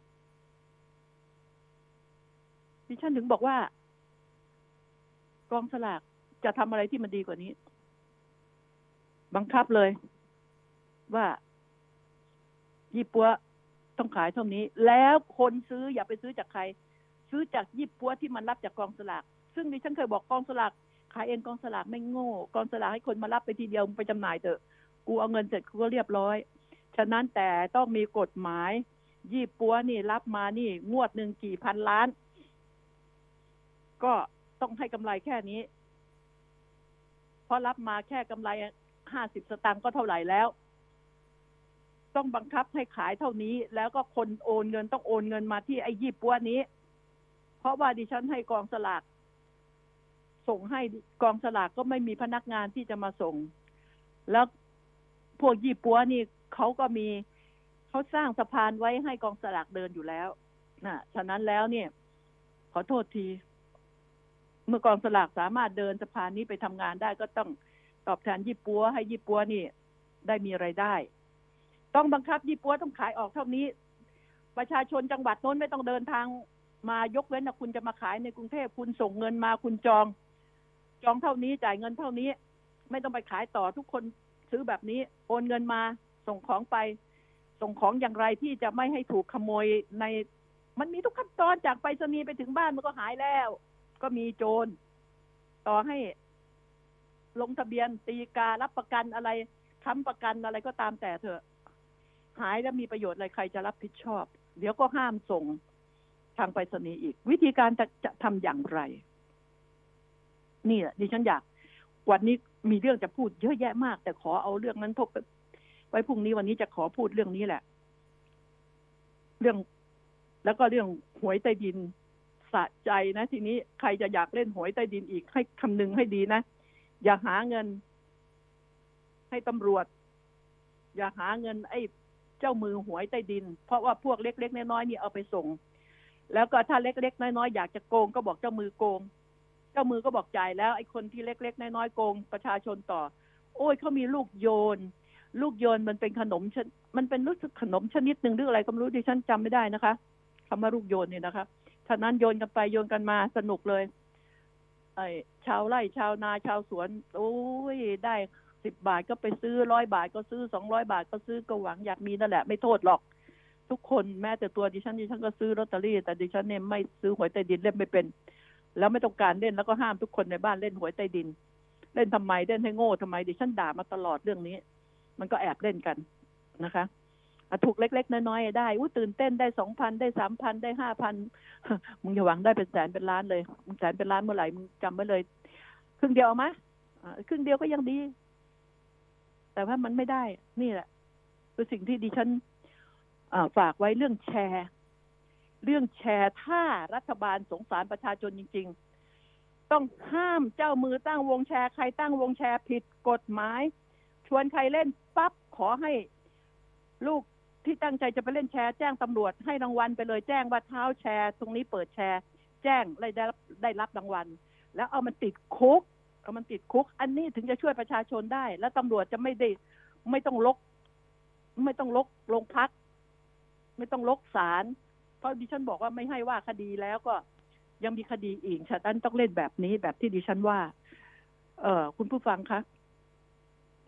ดิฉันถึงบอกว่ากองสลากจะทำอะไรที่มันดีกว่านี้บังคับเลยว่ายี่ปัวต้องขายเท่านี้แล้วคนซื้ออย่าไปซื้อจากใครซื้อจากยี่ปัวที่มันรับจากกองสลากซึ่งดิฉันเคยบอกกองสลากขายเองกองสลากไม่โง่กองสลากให้คนมารับไปทีเดียวไปจำหน่ายเถอะกูเอาเงินเสร็จกูก็เรียบร้อยฉะนั้นแต่ต้องมีกฎหมายยี่ปัวนี่รับมานี่งวดหนึ่งกี่พันล้านก็ต้องให้กำไรแค่นี้เพราะรับมาแค่กำไร50 สตางค์ก็เท่าไหร่แล้วต้องบังคับให้ขายเท่านี้แล้วก็คนโอนเงินต้องโอนเงินมาที่ไอ้ยี่ปัวนี้เพราะว่าดิฉันให้กองสลากส่งให้กองสลากก็ไม่มีพนักงานที่จะมาส่งแล้วพวกยี่ปัวนี่เขาก็มีเขาสร้างสะพานไว้ให้กองสลากเดินอยู่แล้วนะฉะนั้นแล้วเนี่ยขอโทษทีเมื่อกองสลากสามารถเดินสะพานนี้ไปทำงานได้ก็ต้องตอบแทนยี่ปัวให้ยี่ปัวนี่ได้มีรายได้ต้องบังคับยี่ปัวต้องขายออกเท่านี้ประชาชนจังหวัดโน้นไม่ต้องเดินทางมายกเว้นนะคุณจะมาขายในกรุงเทพคุณส่งเงินมาคุณจองเท่านี้จ่ายเงินเท่านี้ไม่ต้องไปขายต่อทุกคนซื้อแบบนี้โอนเงินมาส่งของไปส่งของอย่างไรที่จะไม่ให้ถูกขโมยในมันมีทุกขั้นตอนจากไปรษณีย์ไปถึงบ้านมันก็หายแล้วก็มีโจรต่อให้ลงทะเบียนตีการับประกันอะไรค้ำประกันอะไรก็ตามแต่เถอะหายแล้วมีประโยชน์อะไรใครจะรับผิดชอบเดี๋ยวก็ห้ามส่งทางไปรษณีย์อีกวิธีการจะทำอย่างไรนี่แหละดิฉันอยากวันนี้มีเรื่องจะพูดเยอะแยะมากแต่ขอเอาเรื่องนั้นทบไว้พรุ่งนี้วันนี้จะขอพูดเรื่องนี้แหละเรื่องแล้วก็เรื่องหวยใต้ดินสะใจนะทีนี้ใครจะอยากเล่นหวยใต้ดินอีกให้คำนึงให้ดีนะอย่าหาเงินให้ตำรวจอย่าหาเงินไอ้เจ้ามือหวยใต้ดินเพราะว่าพวกเล็กๆน้อยๆนี่เอาไปส่งแล้วก็ถ้าเล็กๆน้อยๆอยากจะโกงก็บอกเจ้ามือโกงเจ้ามือก็บอกจ่ายแล้วไอ้คนที่เล็กๆน้อยๆโกงประชาชนต่อโอ้ยเขามีลูกโยนมันเป็นขนมมันเป็นรู้สึกขนมชนิดนึงหรืออะไรก็ไม่รู้ดิฉันจำไม่ได้นะคะคำว่าลูกโยนเนี่ยนะคะฉะนั้นโยนกันไปโยนกันมาสนุกเลยไอ้ชาวไร่ชาวนาชาวสวนโอ้ยได้10 บาทก็ไปซื้อ100 บาทก็ซื้อ200 บาทก็ซื้อก็หวังอยากมีนั่นแหละไม่โทษหรอกทุกคนแม้แต่ตัวดิฉันก็ซื้อลอตเตอรี่แต่ดิฉันเนี่ยไม่ซื้อหวยใต้ดินเล่นไม่เป็นแล้วไม่ต้องการเล่นแล้วก็ห้ามทุกคนในบ้านเล่นหวยใต้ดินเล่นทำไมเล่นให้โง่ทำไมดิฉันด่ามาตลอดเรื่องนี้มันก็แอบเล่นกันนะคะถูกเล็กๆน้อยๆได้ตื่นเต้นได้ 2,000 ได้ 3,000 ได้ 5,000 มึงอย่าหวังได้เป็นแสนเป็นล้านเลยมึงแสนเป็นล้านเมื่อไหร่มึงจำไว้เลยครึ่งเดียวเอามั้ยครึ่งเดียวก็ยังดีแต่ว่ามันไม่ได้นี่แหละคือสิ่งที่ดิฉันฝากไว้เรื่องแชร์ถ้ารัฐบาลสงสารประชาชนจริงๆต้องห้ามเจ้ามือตั้งวงแชร์ใครตั้งวงแชร์ผิดกฎหมายชวนใครเล่นปั๊บขอให้ลูกที่ตั้งใจจะไปเล่นแชร์แจ้งตำรวจให้รางวัลไปเลยแจ้งว่าเท้าแชร์ตรงนี้เปิดแชร์แจ้งได้รับรางวัลแล้วเอามันติดคุกอันนี้ถึงจะช่วยประชาชนได้แล้วตำรวจจะไม่ต้องลกโรงพักไม่ต้องลกศาลเพราะดิฉันบอกว่าไม่ให้ว่าคดีแล้วก็ยังมีคดีอีกฉะนั้นต้องเล่นแบบนี้แบบที่ดิฉันว่าคุณผู้ฟังคะ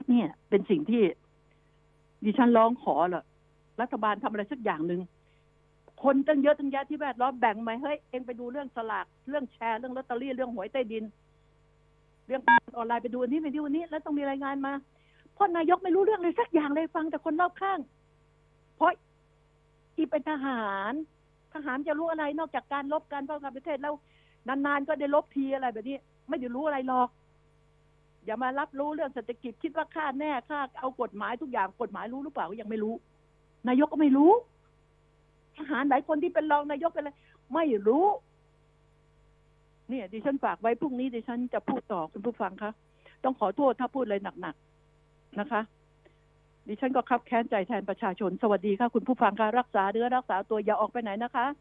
เนี่ยเป็นสิ่งที่ดิฉันร้องขอเหรอรัฐบาลทำอะไรสักอย่างหนึ่งคนตั้งเยอะตั้งแยะที่แวดล้อมแบ่งไหมเฮ้ยเองไปดูเรื่องสลากเรื่องแชร์เรื่องลอตเตอรี่เรื่องหวยใต้ดินเรื่องออนไลน์ไปดูอันนี้ไปดูอันนี้แล้วต้องมีรายงานมาเพราะนายกไม่รู้เรื่องเลยสักอย่างเลยฟังแต่คนรอบข้างเพราะอีเป็นทหารจะรู้อะไรนอกจากการรบการป้องกันประเทศแล้วนานๆก็ได้รบทีอะไรแบบนี้ไม่ได้รู้อะไรหรอกอย่ามารับรู้เรื่องเศรษฐกิจคิดว่าค่าแน่ค่าเอากฎหมายทุกอย่างกฎหมายรู้หรือเปล่าก็ยังไม่รู้นายกก็ไม่รู้ทหารหลายคนที่เป็นรองนายกเป็นอะไรไม่รู้เนี่ยดิฉันฝากไว้พรุ่งนี้ดิฉันจะพูดต่อคุณผู้ฟังคะต้องขอโทษถ้าพูดอะไรหนักๆนะคะดิฉันก็คับแค้นใจแทนประชาชนสวัสดีค่ะคุณผู้ฟังค่ะรักษาเนื้อรักษาตัวอย่าออกไปไหนนะคะ